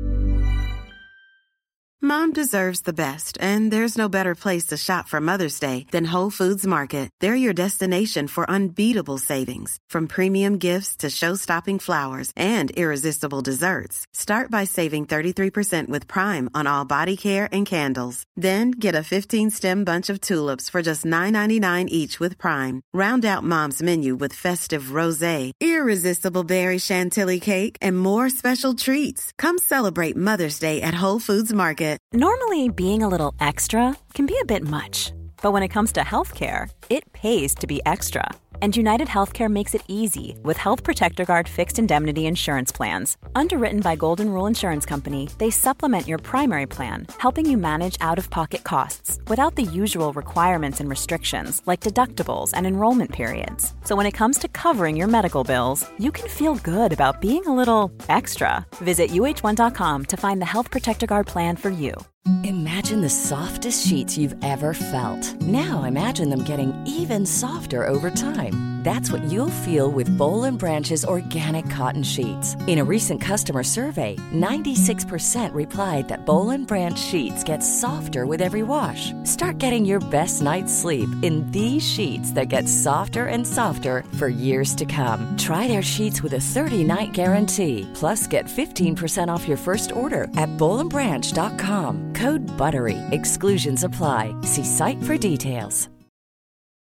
Mom deserves the best, and there's no better place to shop for Mother's Day than Whole Foods Market. They're your destination for unbeatable savings, from premium gifts to show-stopping flowers and irresistible desserts. Start by saving thirty-three percent with Prime on all body care and candles. Then get a fifteen-stem bunch of tulips for just nine ninety-nine each with Prime. Round out Mom's menu with festive rosé, irresistible berry chantilly cake, and more special treats. Come celebrate Mother's Day at Whole Foods Market. Normally, being a little extra can be a bit much, but when it comes to healthcare, it pays to be extra. And United Healthcare makes it easy with Health Protector Guard fixed indemnity insurance plans. Underwritten by Golden Rule Insurance Company, they supplement your primary plan, helping you manage out-of-pocket costs without the usual requirements and restrictions like deductibles and enrollment periods. So when it comes to covering your medical bills, you can feel good about being a little extra. Visit U H one dot com to find the Health Protector Guard plan for you. Imagine the softest sheets you've ever felt. Now imagine them getting even softer over time. That's what you'll feel with Boll and Branch's organic cotton sheets. In a recent customer survey, ninety-six percent replied that Boll and Branch sheets get softer with every wash. Start getting your best night's sleep in these sheets that get softer and softer for years to come. Try their sheets with a thirty-night guarantee. Plus, get fifteen percent off your first order at boll and branch dot com. Code BUTTERY. Exclusions apply. See site for details.